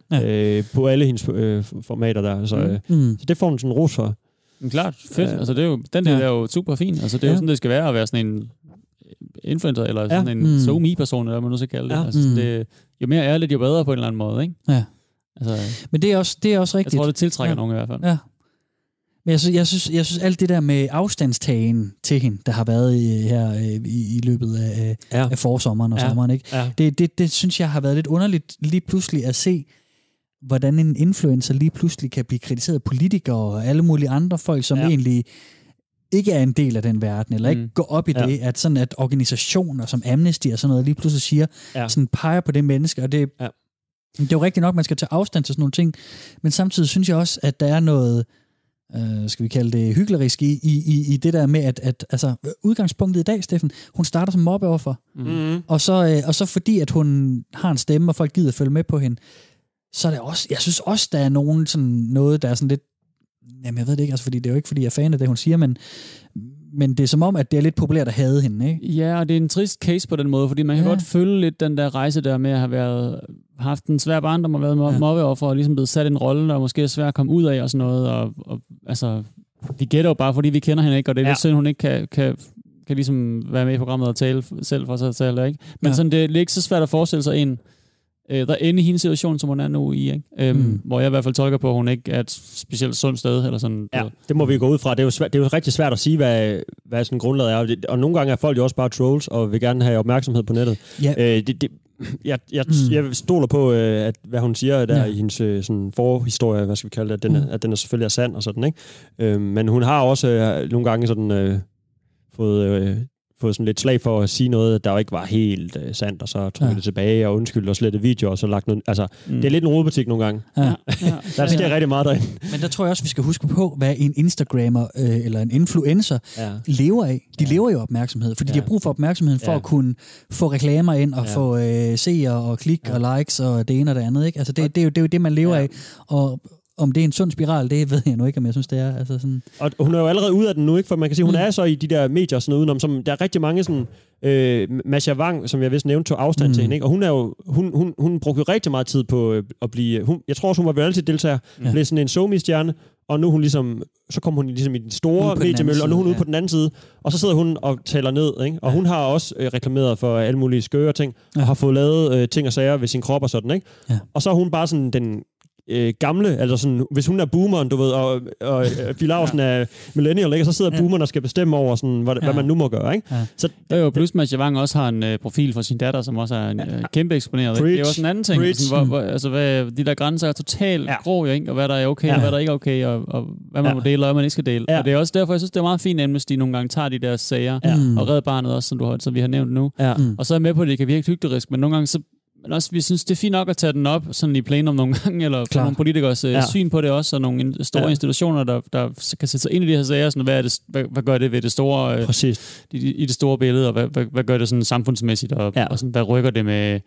Speaker 3: På alle hendes formater der. Så det får hun sådan ros for.
Speaker 2: Men klart, fedt. Altså det er jo, den der er jo super fin. Altså det er jo sådan, det skal være at være sådan en influencer, eller sådan en SoMe-person, eller hvad man nu skal kalde det. Altså, det. Jo mere ærligt, jo bedre på en eller anden måde, ikke? Ja. Altså,
Speaker 1: men det er også rigtigt.
Speaker 2: Jeg tror, det tiltrækker nogen i hvert fald.
Speaker 1: Ja. Men jeg synes alt det der med afstandstagen til hende, der har været her i løbet af forsommeren og sommeren, ikke? Ja. Det synes jeg har været lidt underligt lige pludselig at se, hvordan en influencer lige pludselig kan blive kritiseret af politikere og alle mulige andre folk, som egentlig ikke er en del af den verden, eller ikke går op i det, at sådan at organisationer som Amnesty og sådan noget lige pludselig siger, sådan peger på det menneske, og det er jo rigtigt nok, man skal tage afstand til sådan nogle ting, men samtidig synes jeg også, at der er noget, skal vi kalde det hyklerisk i det der med, at altså, udgangspunktet i dag, Steffen, hun starter som mobbeoffer, og så fordi, at hun har en stemme, og folk gider følge med på hende, så er det også, jeg synes også, der er nogen sådan noget, der er sådan lidt, jamen jeg ved det ikke, altså, fordi det er jo ikke, fordi jeg er fan af det, hun siger, men det er som om, at det er lidt populært at hade hende, ikke?
Speaker 2: Ja, og det er en trist case på den måde, fordi man kan godt følge lidt den der rejse der med at have haft en svær barndom og været mobbeoffer, og ligesom blevet sat i en rolle, der måske er svært at komme ud af og sådan noget, og altså, vi gætter jo bare, fordi vi kender hende ikke, og det er lidt synd, hun ikke kan ligesom være med i programmet og tale selv for sig selv, ikke? Men sådan, det er ikke så svært at forestille sig en, der ender i hendes situation, som hun er nu i, ikke? Hvor jeg i hvert fald tolker på, at hun ikke er et specielt sundt sted. Eller sådan.
Speaker 3: Ja, det må vi gå ud fra. Det er jo rigtig svært at sige, hvad sådan grundlaget er. Og nogle gange er folk jo også bare trolls, og vil gerne have opmærksomhed på nettet. Ja. Jeg stoler på, at hvad hun siger der i hendes sådan forhistorie, hvad skal vi kalde det, at den er selvfølgelig er sand og sådan, ikke? Men hun har også nogle gange sådan fået fået sådan lidt slag for at sige noget, der jo ikke var helt sandt, og så tog det tilbage og undskyldte og slettede videoer, og så lagt noget... Altså, det er lidt en rodebutik nogle gange. Ja. Der sker rigtig meget derinde.
Speaker 1: Men der tror jeg også, vi skal huske på, hvad en Instagrammer eller en influencer lever af. De lever jo af opmærksomhed, fordi de har brug for opmærksomheden for at kunne få reklamer ind og få seere og klik og likes og det ene og det andet. Ikke? Altså, det er jo det, man lever af. Og om det er en sund spiral, det ved jeg nu ikke, om jeg synes, det er. Altså sådan.
Speaker 3: Og hun er jo allerede ude af den nu, ikke? For man kan sige, hun er så i de der medier sådan udenom, som der er rigtig mange sådan... Masha Wang, som jeg vist nævnte, tog afstand til hende, ikke? Og hun er jo... Hun brugte jo rigtig meget tid på at blive... jeg tror også, hun var reality-deltager. Blev sådan en SoMe-stjerne, og nu hun ligesom... Så kom hun ligesom i den store mediemølle, og nu er hun ude på den anden side. Og så sidder hun og taler ned, ikke? Og hun har også reklameret for alle mulige skøre ting, og har fået lavet ting og sager ved sin krop og sådan, ikke? Ja. Og så er hun bare sådan den... gamle, altså sådan, hvis hun er boomeren, du ved, og Fie Laursen er millennial, ikke? Så sidder boomeren og skal bestemme over, sådan, hvad man nu må gøre, ikke? Ja. Så,
Speaker 2: det er jo plus, Masha Wang også har en profil for sin datter, som også er en kæmpe eksponeret. Det er også en anden ting, sådan, altså, de der grænser er totalt grå, ikke? Og hvad der er okay, og hvad der ikke er okay, og hvad man må dele, og hvad man ikke skal dele. Ja. Og det er også derfor, jeg synes, det er meget fint, at Amnesty nogle gange tager de der sager, og Red Barnet også, som vi har nævnt nu. Ja. Og så er jeg med på, at det kan virke hyklerisk, men nogle gange så men også, vi synes, det er fint nok at tage den op sådan i plenum nogle gange, eller få nogle politikers syn på det også, og nogle store institutioner, der kan sætte sig ind i de her sager, sådan, hvad gør det ved det store, i det store billede, og hvad gør det sådan samfundsmæssigt, og sådan, hvad rykker det med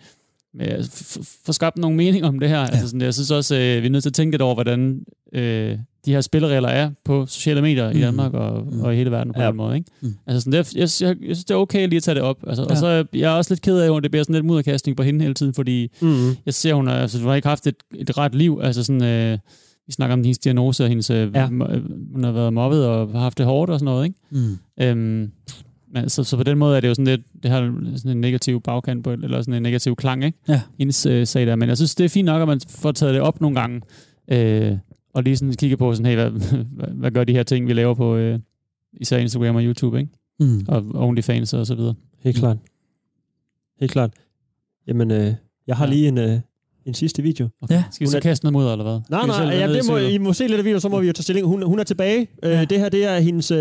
Speaker 2: få skabt nogle mening om det her. Altså sådan, jeg synes også, vi er nødt til at tænke lidt over, hvordan de her spilleregler er på sociale medier i Danmark og i hele verden på den måde. Ikke? Altså sådan, jeg synes, det er okay lige at tage det op. Altså, og så jeg er også lidt ked af, at det bliver sådan lidt mudderkastning på hende hele tiden, fordi jeg ser, hun har ikke haft et ret liv. Altså sådan, vi snakker om hendes diagnose, og hendes, hun har været mobbet og har haft det hårdt og sådan noget. Ikke? Men, så på den måde er det jo sådan lidt, det har sådan en negativ bagkant på, eller sådan en negativ klang, ikke? Ja. Hendes sag der. Men jeg synes, det er fint nok, at man får taget det op nogle gange, og lige sådan kigge på, sådan, hey, hvad gør de her ting, vi laver på især Instagram og YouTube, ikke? Og OnlyFans og så videre.
Speaker 3: Helt klart. Helt klart. Jamen, jeg har lige en sidste video.
Speaker 2: Okay. Ja. Skal vi så kaste noget mod, eller hvad?
Speaker 3: Nej, I må se lidt af videoen, så må vi jo tage stilling. Hun er tilbage. Det her, det er hendes...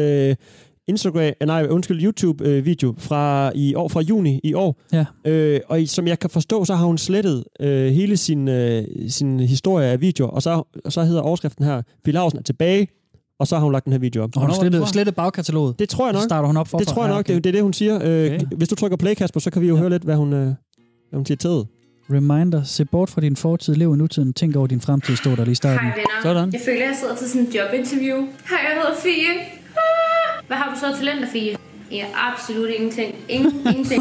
Speaker 3: YouTube-video fra juni i år. Ja. Og som jeg kan forstå, så har hun slettet hele sin historie af videoer, og så hedder overskriften her, Fie Laursen er tilbage, og så har hun lagt den her video op.
Speaker 1: Og hun har slettet bagkataloget.
Speaker 3: Det tror jeg nok.
Speaker 1: Så starter hun op for.
Speaker 3: Det tror jeg nok, det er det, hun siger. Okay. Hvis du trykker play, Kasper, så kan vi jo høre lidt, hvad hun siger til.
Speaker 1: Reminder, se bort fra din fortid, lev i nutiden, tænk over din fremtid, står der lige i starten.
Speaker 6: Hej venner, sådan. Jeg føler, jeg sidder til sådan en jobinterview. Hej, jeg hedder Fie. Hvad har du så talenter, Fie? Ja, absolut ingenting. Ingenting.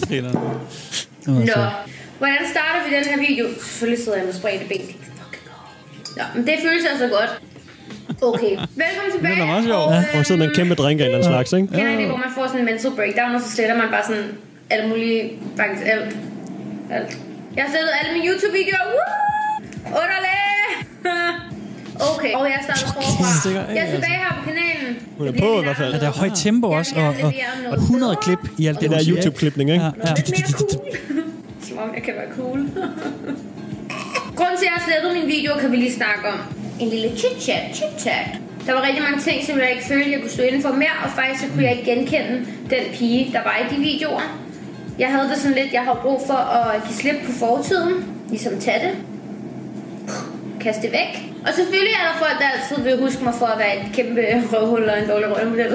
Speaker 6: Nå, hvordan starter vi den her video? Selvfølgelig sidder jeg med spredte ben. Nå, men det føles altså godt. Okay, velkommen tilbage.
Speaker 3: Det er meget sjovt. Hun sidder med en kæmpe drink af en eller anden slags, ikke?
Speaker 6: Kender I det, hvor man får sådan en mental breakdown, og så sletter man bare sådan alt muligt, faktisk alt. Jeg har slettet alle mine YouTube-videoer. Underlig! Okay, og jeg starter forfra. Jeg er tilbage her på kanalen.
Speaker 3: Hun er på i hvert fald.
Speaker 1: Ja, der er højt tempo også, og 100 klip i alt det
Speaker 3: der YouTube-klipning, ikke?
Speaker 6: Ja. Lidt mere cool. Som om jeg kan være cool. Grunden til, at jeg har slettet mine videoer, kan vi lige snakke om. En lille chit-chat. Der var rigtig mange ting, som jeg ikke følte, jeg kunne stå inden for mere, og faktisk så kunne jeg ikke genkende den pige, der var i de videoer. Jeg havde det sådan lidt, jeg har brug for at give slip på fortiden, ligesom tage det. Kaste det væk. Og selvfølgelig er der folk, der altid vil huske mig for at være et kæmpe røvhul og en dårlig rollemodel.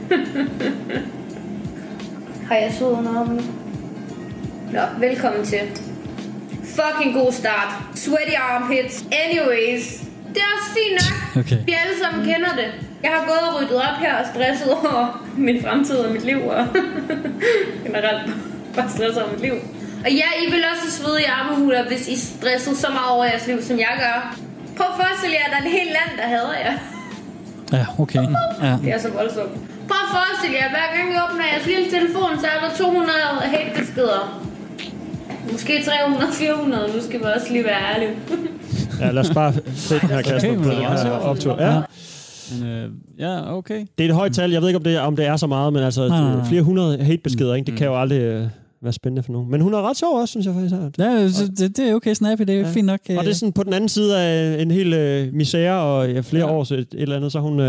Speaker 6: Har jeg sovet under armen? Nå, velkommen til. Fucking god start. Sweaty armpits. Anyways. Det er også fint nok. Okay. Vi alle sammen kender det. Jeg har gået og ryddet op her og stresset over min fremtid og mit liv. Og generelt bare stresset over mit liv. Og ja, I vil også svede i armehuler, hvis I stresser så meget over jeres liv, som jeg gør. Prøv at forestille jer, at der er et helt land, der hader jer.
Speaker 1: Ja, okay. Ja.
Speaker 6: Det er så voldsomt. Prøv at forestille jer, hver gang I åbner jeres lille telefon, så er der 200 hate-beskeder. Måske 300, 400. Nu skal vi også lige være ærlige.
Speaker 3: Ja, lad os bare sætte den her Kasper på den her optur. Ja.
Speaker 2: Ja, okay.
Speaker 3: Det er et højt tal. Jeg ved ikke, om det er så meget, men altså flere hundrede hate-beskeder, ikke? Det kan jo aldrig... være spændende for nogen. Men hun er ret sjov også, synes jeg faktisk.
Speaker 1: Ja, det er okay snappy, det er fint nok.
Speaker 3: Og det er sådan på den anden side af en hel misære og flere år, så et eller andet, så hun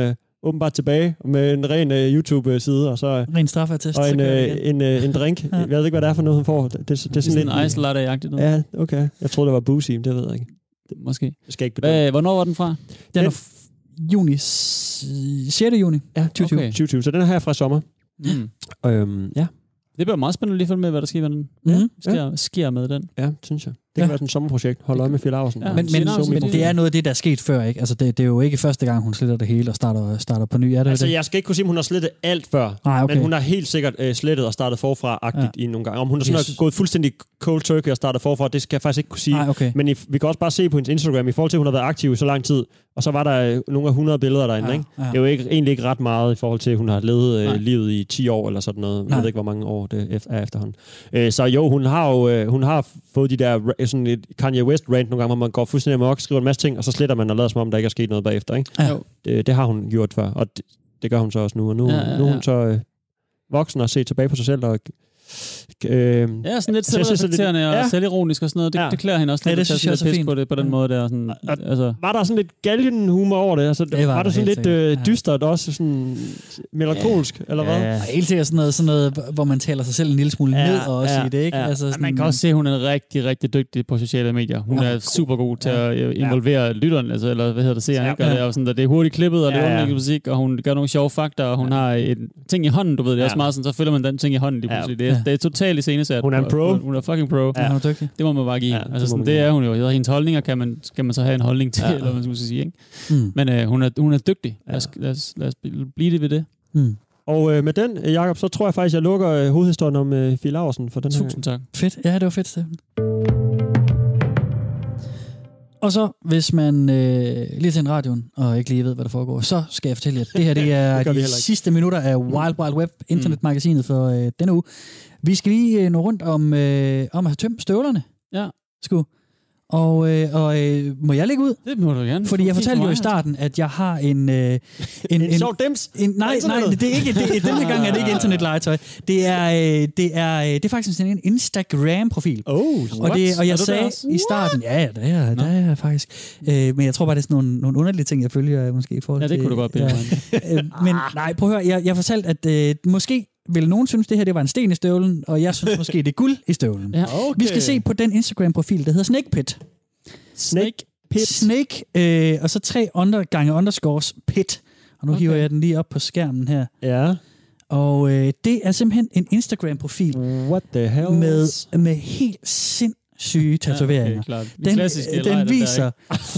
Speaker 3: åbenbart tilbage med en ren YouTube-side, og så...
Speaker 1: Ren straffeattest.
Speaker 3: Og en drink. Ja. Jeg ved ikke, hvad det er for noget, hun får. Det er sådan
Speaker 2: en ice latte-agtigt noget.
Speaker 3: Ja, okay. Jeg troede, det var boozy, men det ved jeg ikke.
Speaker 2: Måske.
Speaker 3: Det skal ikke bedømme.
Speaker 2: Hvornår var den fra?
Speaker 1: Den er juni. 6. juni.
Speaker 3: Ja, 2020. Okay. 2020. Så den er her fra sommer. Ja.
Speaker 2: Det bliver meget spændende lige at følge med, hvad der sker med den. Sker med den.
Speaker 3: Ja, synes jeg. Det kan være sådan et sommerprojekt. Hold øje med Fie Laursen.
Speaker 1: Ja, men det er noget af det, der er sket før, ikke? Altså, det er jo ikke første gang, hun sletter det hele og starter på ny. Er det
Speaker 3: altså,
Speaker 1: det?
Speaker 3: jeg skal ikke kunne sige, om hun har slettet alt før.
Speaker 1: Okay.
Speaker 3: Men hun har helt sikkert slettet og startet forfra-agtigt i nogle gange. Om hun har gået fuldstændig cold turkey og startet forfra, det skal jeg faktisk ikke kunne sige.
Speaker 1: Okay.
Speaker 3: Men vi kan også bare se på hendes Instagram, i forhold til, at hun har været aktiv i så lang tid, og så var der nogle af 100 billeder derinde. Ikke? Det er jo egentlig ikke ret meget i forhold til, at hun har levet livet i 10 år eller sådan noget. Jeg ved ikke, hvor mange år det er efterhånden. Så jo, hun har fået de der sådan et Kanye West-rant nogle gange, hvor man går fuldstændig amok, skriver en masse ting, og så sletter man og lader som om, der ikke er sket noget bagefter. Ikke?
Speaker 1: Ja.
Speaker 3: Det har hun gjort før, og det gør hun så også nu. Og nu er hun så voksen og set tilbage på sig selv og
Speaker 2: sådan lidt selvreflekterende og selvironisk og sådan noget. Det klæder hende også lidt at tage sådan lidt pis på det på den måde der. Sådan, altså.
Speaker 3: Var der sådan lidt galgenhumor over det? Altså, var der sådan lidt dystert også, sådan melankolsk, eller hvad?
Speaker 1: Ja, helt sikkert sådan noget, hvor man taler sig selv en lille smule ned og også i det, ikke?
Speaker 2: Ja.
Speaker 1: Altså, sådan,
Speaker 2: man kan også se, at hun er rigtig, rigtig dygtig på sociale medier. Hun er super god til at involvere lytteren, altså, eller hvad hedder det, seeren, ikke? Og det er sådan, det er hurtigt klippet, og det er underlægget musik, og hun gør nogle sjove fakta, og hun har en ting i hånden, du ved, det er også meget sådan, så føler man den ting i hånden lige pludselig. Det er totalt iscenesat.
Speaker 3: Hun er en pro.
Speaker 2: Hun er fucking pro.
Speaker 1: Ja, hun er dygtig.
Speaker 2: Det må man bare give. Altså, sådan, det er hun jo. Hendes holdninger skal man så have en holdning til, eller hvad man skal sige. Ikke? Men hun er dygtig. Lad os blive det ved det.
Speaker 3: Og med den, Jakob, så tror jeg faktisk, jeg lukker hovedhistorien om Fie Laursen for den her.
Speaker 2: Tusind tak.
Speaker 1: Fedt. Ja, det var fedt, Steffen. Og så, hvis man lige til en radioen og ikke lige ved, hvad der foregår, så skal jeg fortælle jer, at det her det er de sidste minutter af Wild Wild Web, internetmagasinet for denne uge. Vi skal lige nå rundt om at have tømt støvlerne.
Speaker 2: Ja.
Speaker 1: Og må jeg lægge ud?
Speaker 2: Det må du gerne.
Speaker 1: Fordi jeg fortalte jo i starten, at jeg har en
Speaker 3: sjov dims?
Speaker 1: Nej, det er ikke. Den her gang er det ikke internetlegetøj. Det er faktisk en Instagram-profil. Og jeg sagde i starten, det er faktisk. Men jeg tror bare, det er sådan nogle underlige ting, jeg følger måske i forhold til.
Speaker 2: Ja, det kunne du godt bede
Speaker 1: men nej, prøv at høre. Jeg fortalte, at måske vil nogen synes, det her det var en sten i støvlen, og jeg synes måske, det er guld i støvlen.
Speaker 2: Ja, okay.
Speaker 1: Vi skal se på den Instagram-profil, der hedder Snake Pit. Snake, og så 3 underscores pit. Og nu hiver jeg den lige op på skærmen her.
Speaker 3: Ja.
Speaker 1: Og det er simpelthen en Instagram-profil.
Speaker 3: What the hell?
Speaker 1: Med helt sindssyge tatoveringer. Den viser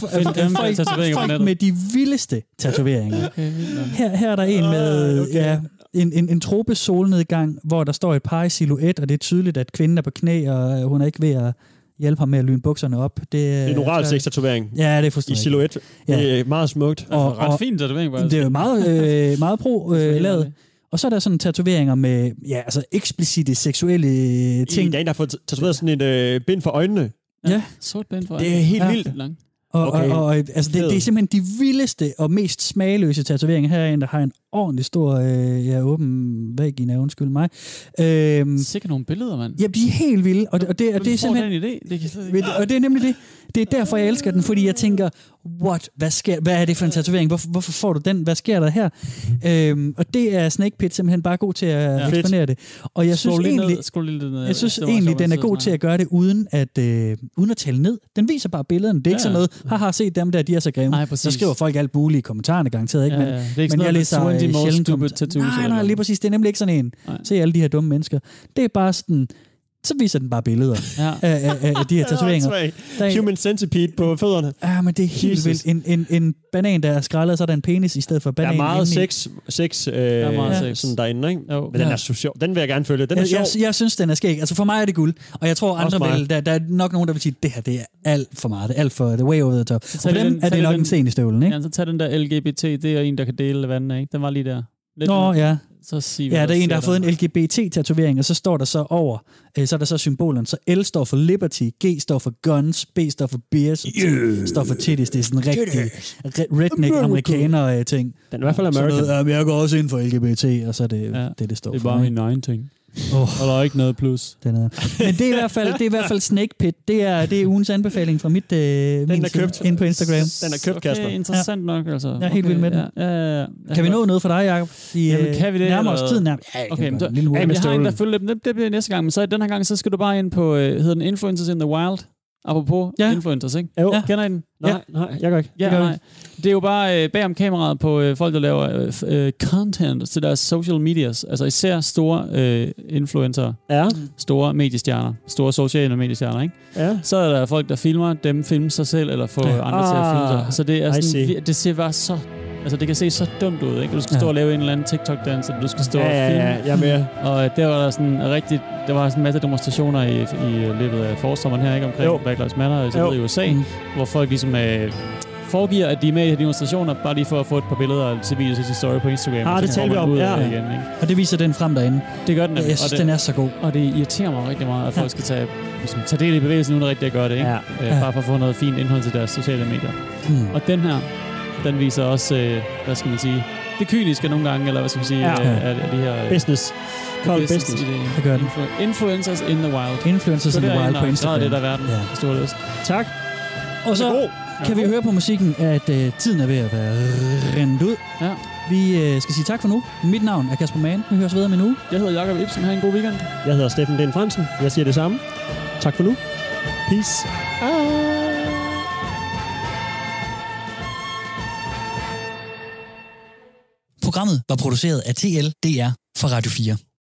Speaker 1: folk med de vildeste tatoveringer. Her er der en med en tropisk solnedgang, hvor der står et par i silhuet, og det er tydeligt, at kvinden er på knæ, og hun er ikke ved at hjælpe ham med at lyne bukserne op. Det er
Speaker 3: en oral sex-tatovering.
Speaker 1: Ja, det er fuldstændig.
Speaker 3: I silhuet. Ja. Det er meget smukt.
Speaker 2: Og ret fint tatovering, faktisk.
Speaker 1: Det er jo meget lavet. Og så er der sådan tatoveringer med eksplicite seksuelle ting.
Speaker 3: Der er en, der har fået tatoveret sådan et bind for øjnene.
Speaker 1: Ja.
Speaker 2: Sort bind for øjnene.
Speaker 3: Det er helt vildt.
Speaker 1: Og altså det er simpelthen de vildeste og mest smagløse tatoveringer. Her er en, der har en ordentlig stor åben vagina, undskyld mig.
Speaker 2: Sikkert nogle billeder, mand.
Speaker 1: Ja, de er helt vilde. Og det er simpelthen
Speaker 2: den idé? Det kan slet ikke.
Speaker 1: Og det er nemlig det. Det er derfor, jeg elsker den, fordi jeg tænker, hvad er det for en tatovering? Hvorfor får du den? Hvad sker der her? Og det er Snake Pit simpelthen bare god til at eksponere det. Og jeg synes egentlig, den er god til at gøre det uden at tale ned. Den viser bare billederne. Det er ikke sådan noget, haha, se dem der, de er så grimme. Så skriver folk alt muligt i kommentarerne, garanteret ikke. Men,
Speaker 2: det er ikke
Speaker 1: men jeg læser
Speaker 2: sjældent
Speaker 1: nej, lige præcis. Det er nemlig ikke sådan en. Se alle de her dumme mennesker. Det er bare sådan, så viser den bare billeder af de her tatoveringer.
Speaker 3: Human centipede på fødderne.
Speaker 1: Ja, men det er helt vildt. En banan, der er skrællet, så er der en penis i stedet for banan.
Speaker 3: Der er meget sex sådan derinde, ikke? Jo. Men den er så sjov. Den vil jeg gerne følge. Den er sjov.
Speaker 1: Jeg synes, den er skæg. Altså for mig er det guld. Og jeg tror, andre vil, der er nok nogen, der vil sige, det her, det er alt for meget. Det er alt for the way over the top. Og for dem er det nok en sten i støvlen, ikke?
Speaker 2: Ja, så tag den der LGBT, det er en, der kan dele vandene, ikke? Den var lige der.
Speaker 1: Ja.
Speaker 2: Så siger
Speaker 1: der er en, der har fået en LGBT-tatovering, og så står der så over, så er der så symbolerne. Så L står for Liberty, G står for Guns, B står for Beers, og T står for Titties. Det er sådan en rigtig redneck-amerikaner-ting.
Speaker 3: Den er i hvert fald American.
Speaker 1: Jeg går også ind for LGBT, og så er det står for.
Speaker 2: Det er bare min egen ting. Og der er ikke noget plus.
Speaker 1: Men det er i hvert fald Snake Pit. Det er ugens anbefaling fra min
Speaker 3: købt
Speaker 1: ind på Instagram.
Speaker 3: Den er købt, Kasper.
Speaker 2: Okay, interessant nok, altså.
Speaker 1: Jeg er helt vild med den.
Speaker 2: Ja.
Speaker 1: Kan vi nå noget for dig, Jacob?
Speaker 2: Jamen, kan vi det?
Speaker 1: Nærmer os tiden nærmere.
Speaker 2: Okay, men jeg har en, der følger det bliver næste gang, men så den her gang, så skal du bare ind på, hedder den Influencers in the Wild? Apropos influencers, ikke?
Speaker 3: Jo.
Speaker 2: Ja. Kender I den?
Speaker 3: Nej, jeg gør ikke.
Speaker 2: Nej. Det er jo bare bagom kameraet på folk, der laver content til deres social medias. Altså især store influencer, store mediestjerner, store sociale mediestjerner, ikke?
Speaker 3: Ja.
Speaker 2: Så er der folk, der filmer sig selv, eller får andre til at filme sig. Så det er sådan, det ser bare så... Altså, det kan se så dumt ud, ikke? Du skal stå og lave en eller anden TikTok-dans, eller du skal stå og filme.
Speaker 3: Ja, jeg er med.
Speaker 2: Og der var der sådan der var sådan en masse demonstrationer i løbet af forsommeren her, ikke? Omkring Black Lives Matter i USA, hvor folk ligesom foregiver, at de er med i demonstrationer, bare lige for at få et par billeder af civilets story på Instagram.
Speaker 3: Det taler vi om,
Speaker 2: igen, ikke?
Speaker 1: Og det viser den frem derinde.
Speaker 2: Det gør den nemlig.
Speaker 1: Jeg synes, den er så god.
Speaker 2: Og det irriterer mig rigtig meget, at folk skal tage del i bevægelsen, uden at rigtig at gøre det, ikke? Bare for at få noget fint indhold til deres sociale medier. Og den her, den viser også, hvad skal man sige, det kyniske nogle gange, eller hvad skal man sige, af de her...
Speaker 3: Business. Business.
Speaker 1: Det gør den.
Speaker 2: Influencers in the Wild.
Speaker 1: Influencers in the Wild på Instagram.
Speaker 2: Det er der verden. Stor lyst.
Speaker 3: Tak.
Speaker 1: Og så kan vi høre på musikken, at tiden er ved at være rendt ud.
Speaker 2: Ja.
Speaker 1: Vi skal sige tak for nu. Mit navn er Kasper Mann. Vi høres videre med nu.
Speaker 2: Jeg hedder Jacob Ibsen. Ha' en god weekend.
Speaker 3: Jeg hedder Steffen Den Fransen. Jeg siger det samme. Tak for nu. Peace.
Speaker 1: Programmet var produceret af TLDR for Radio 4.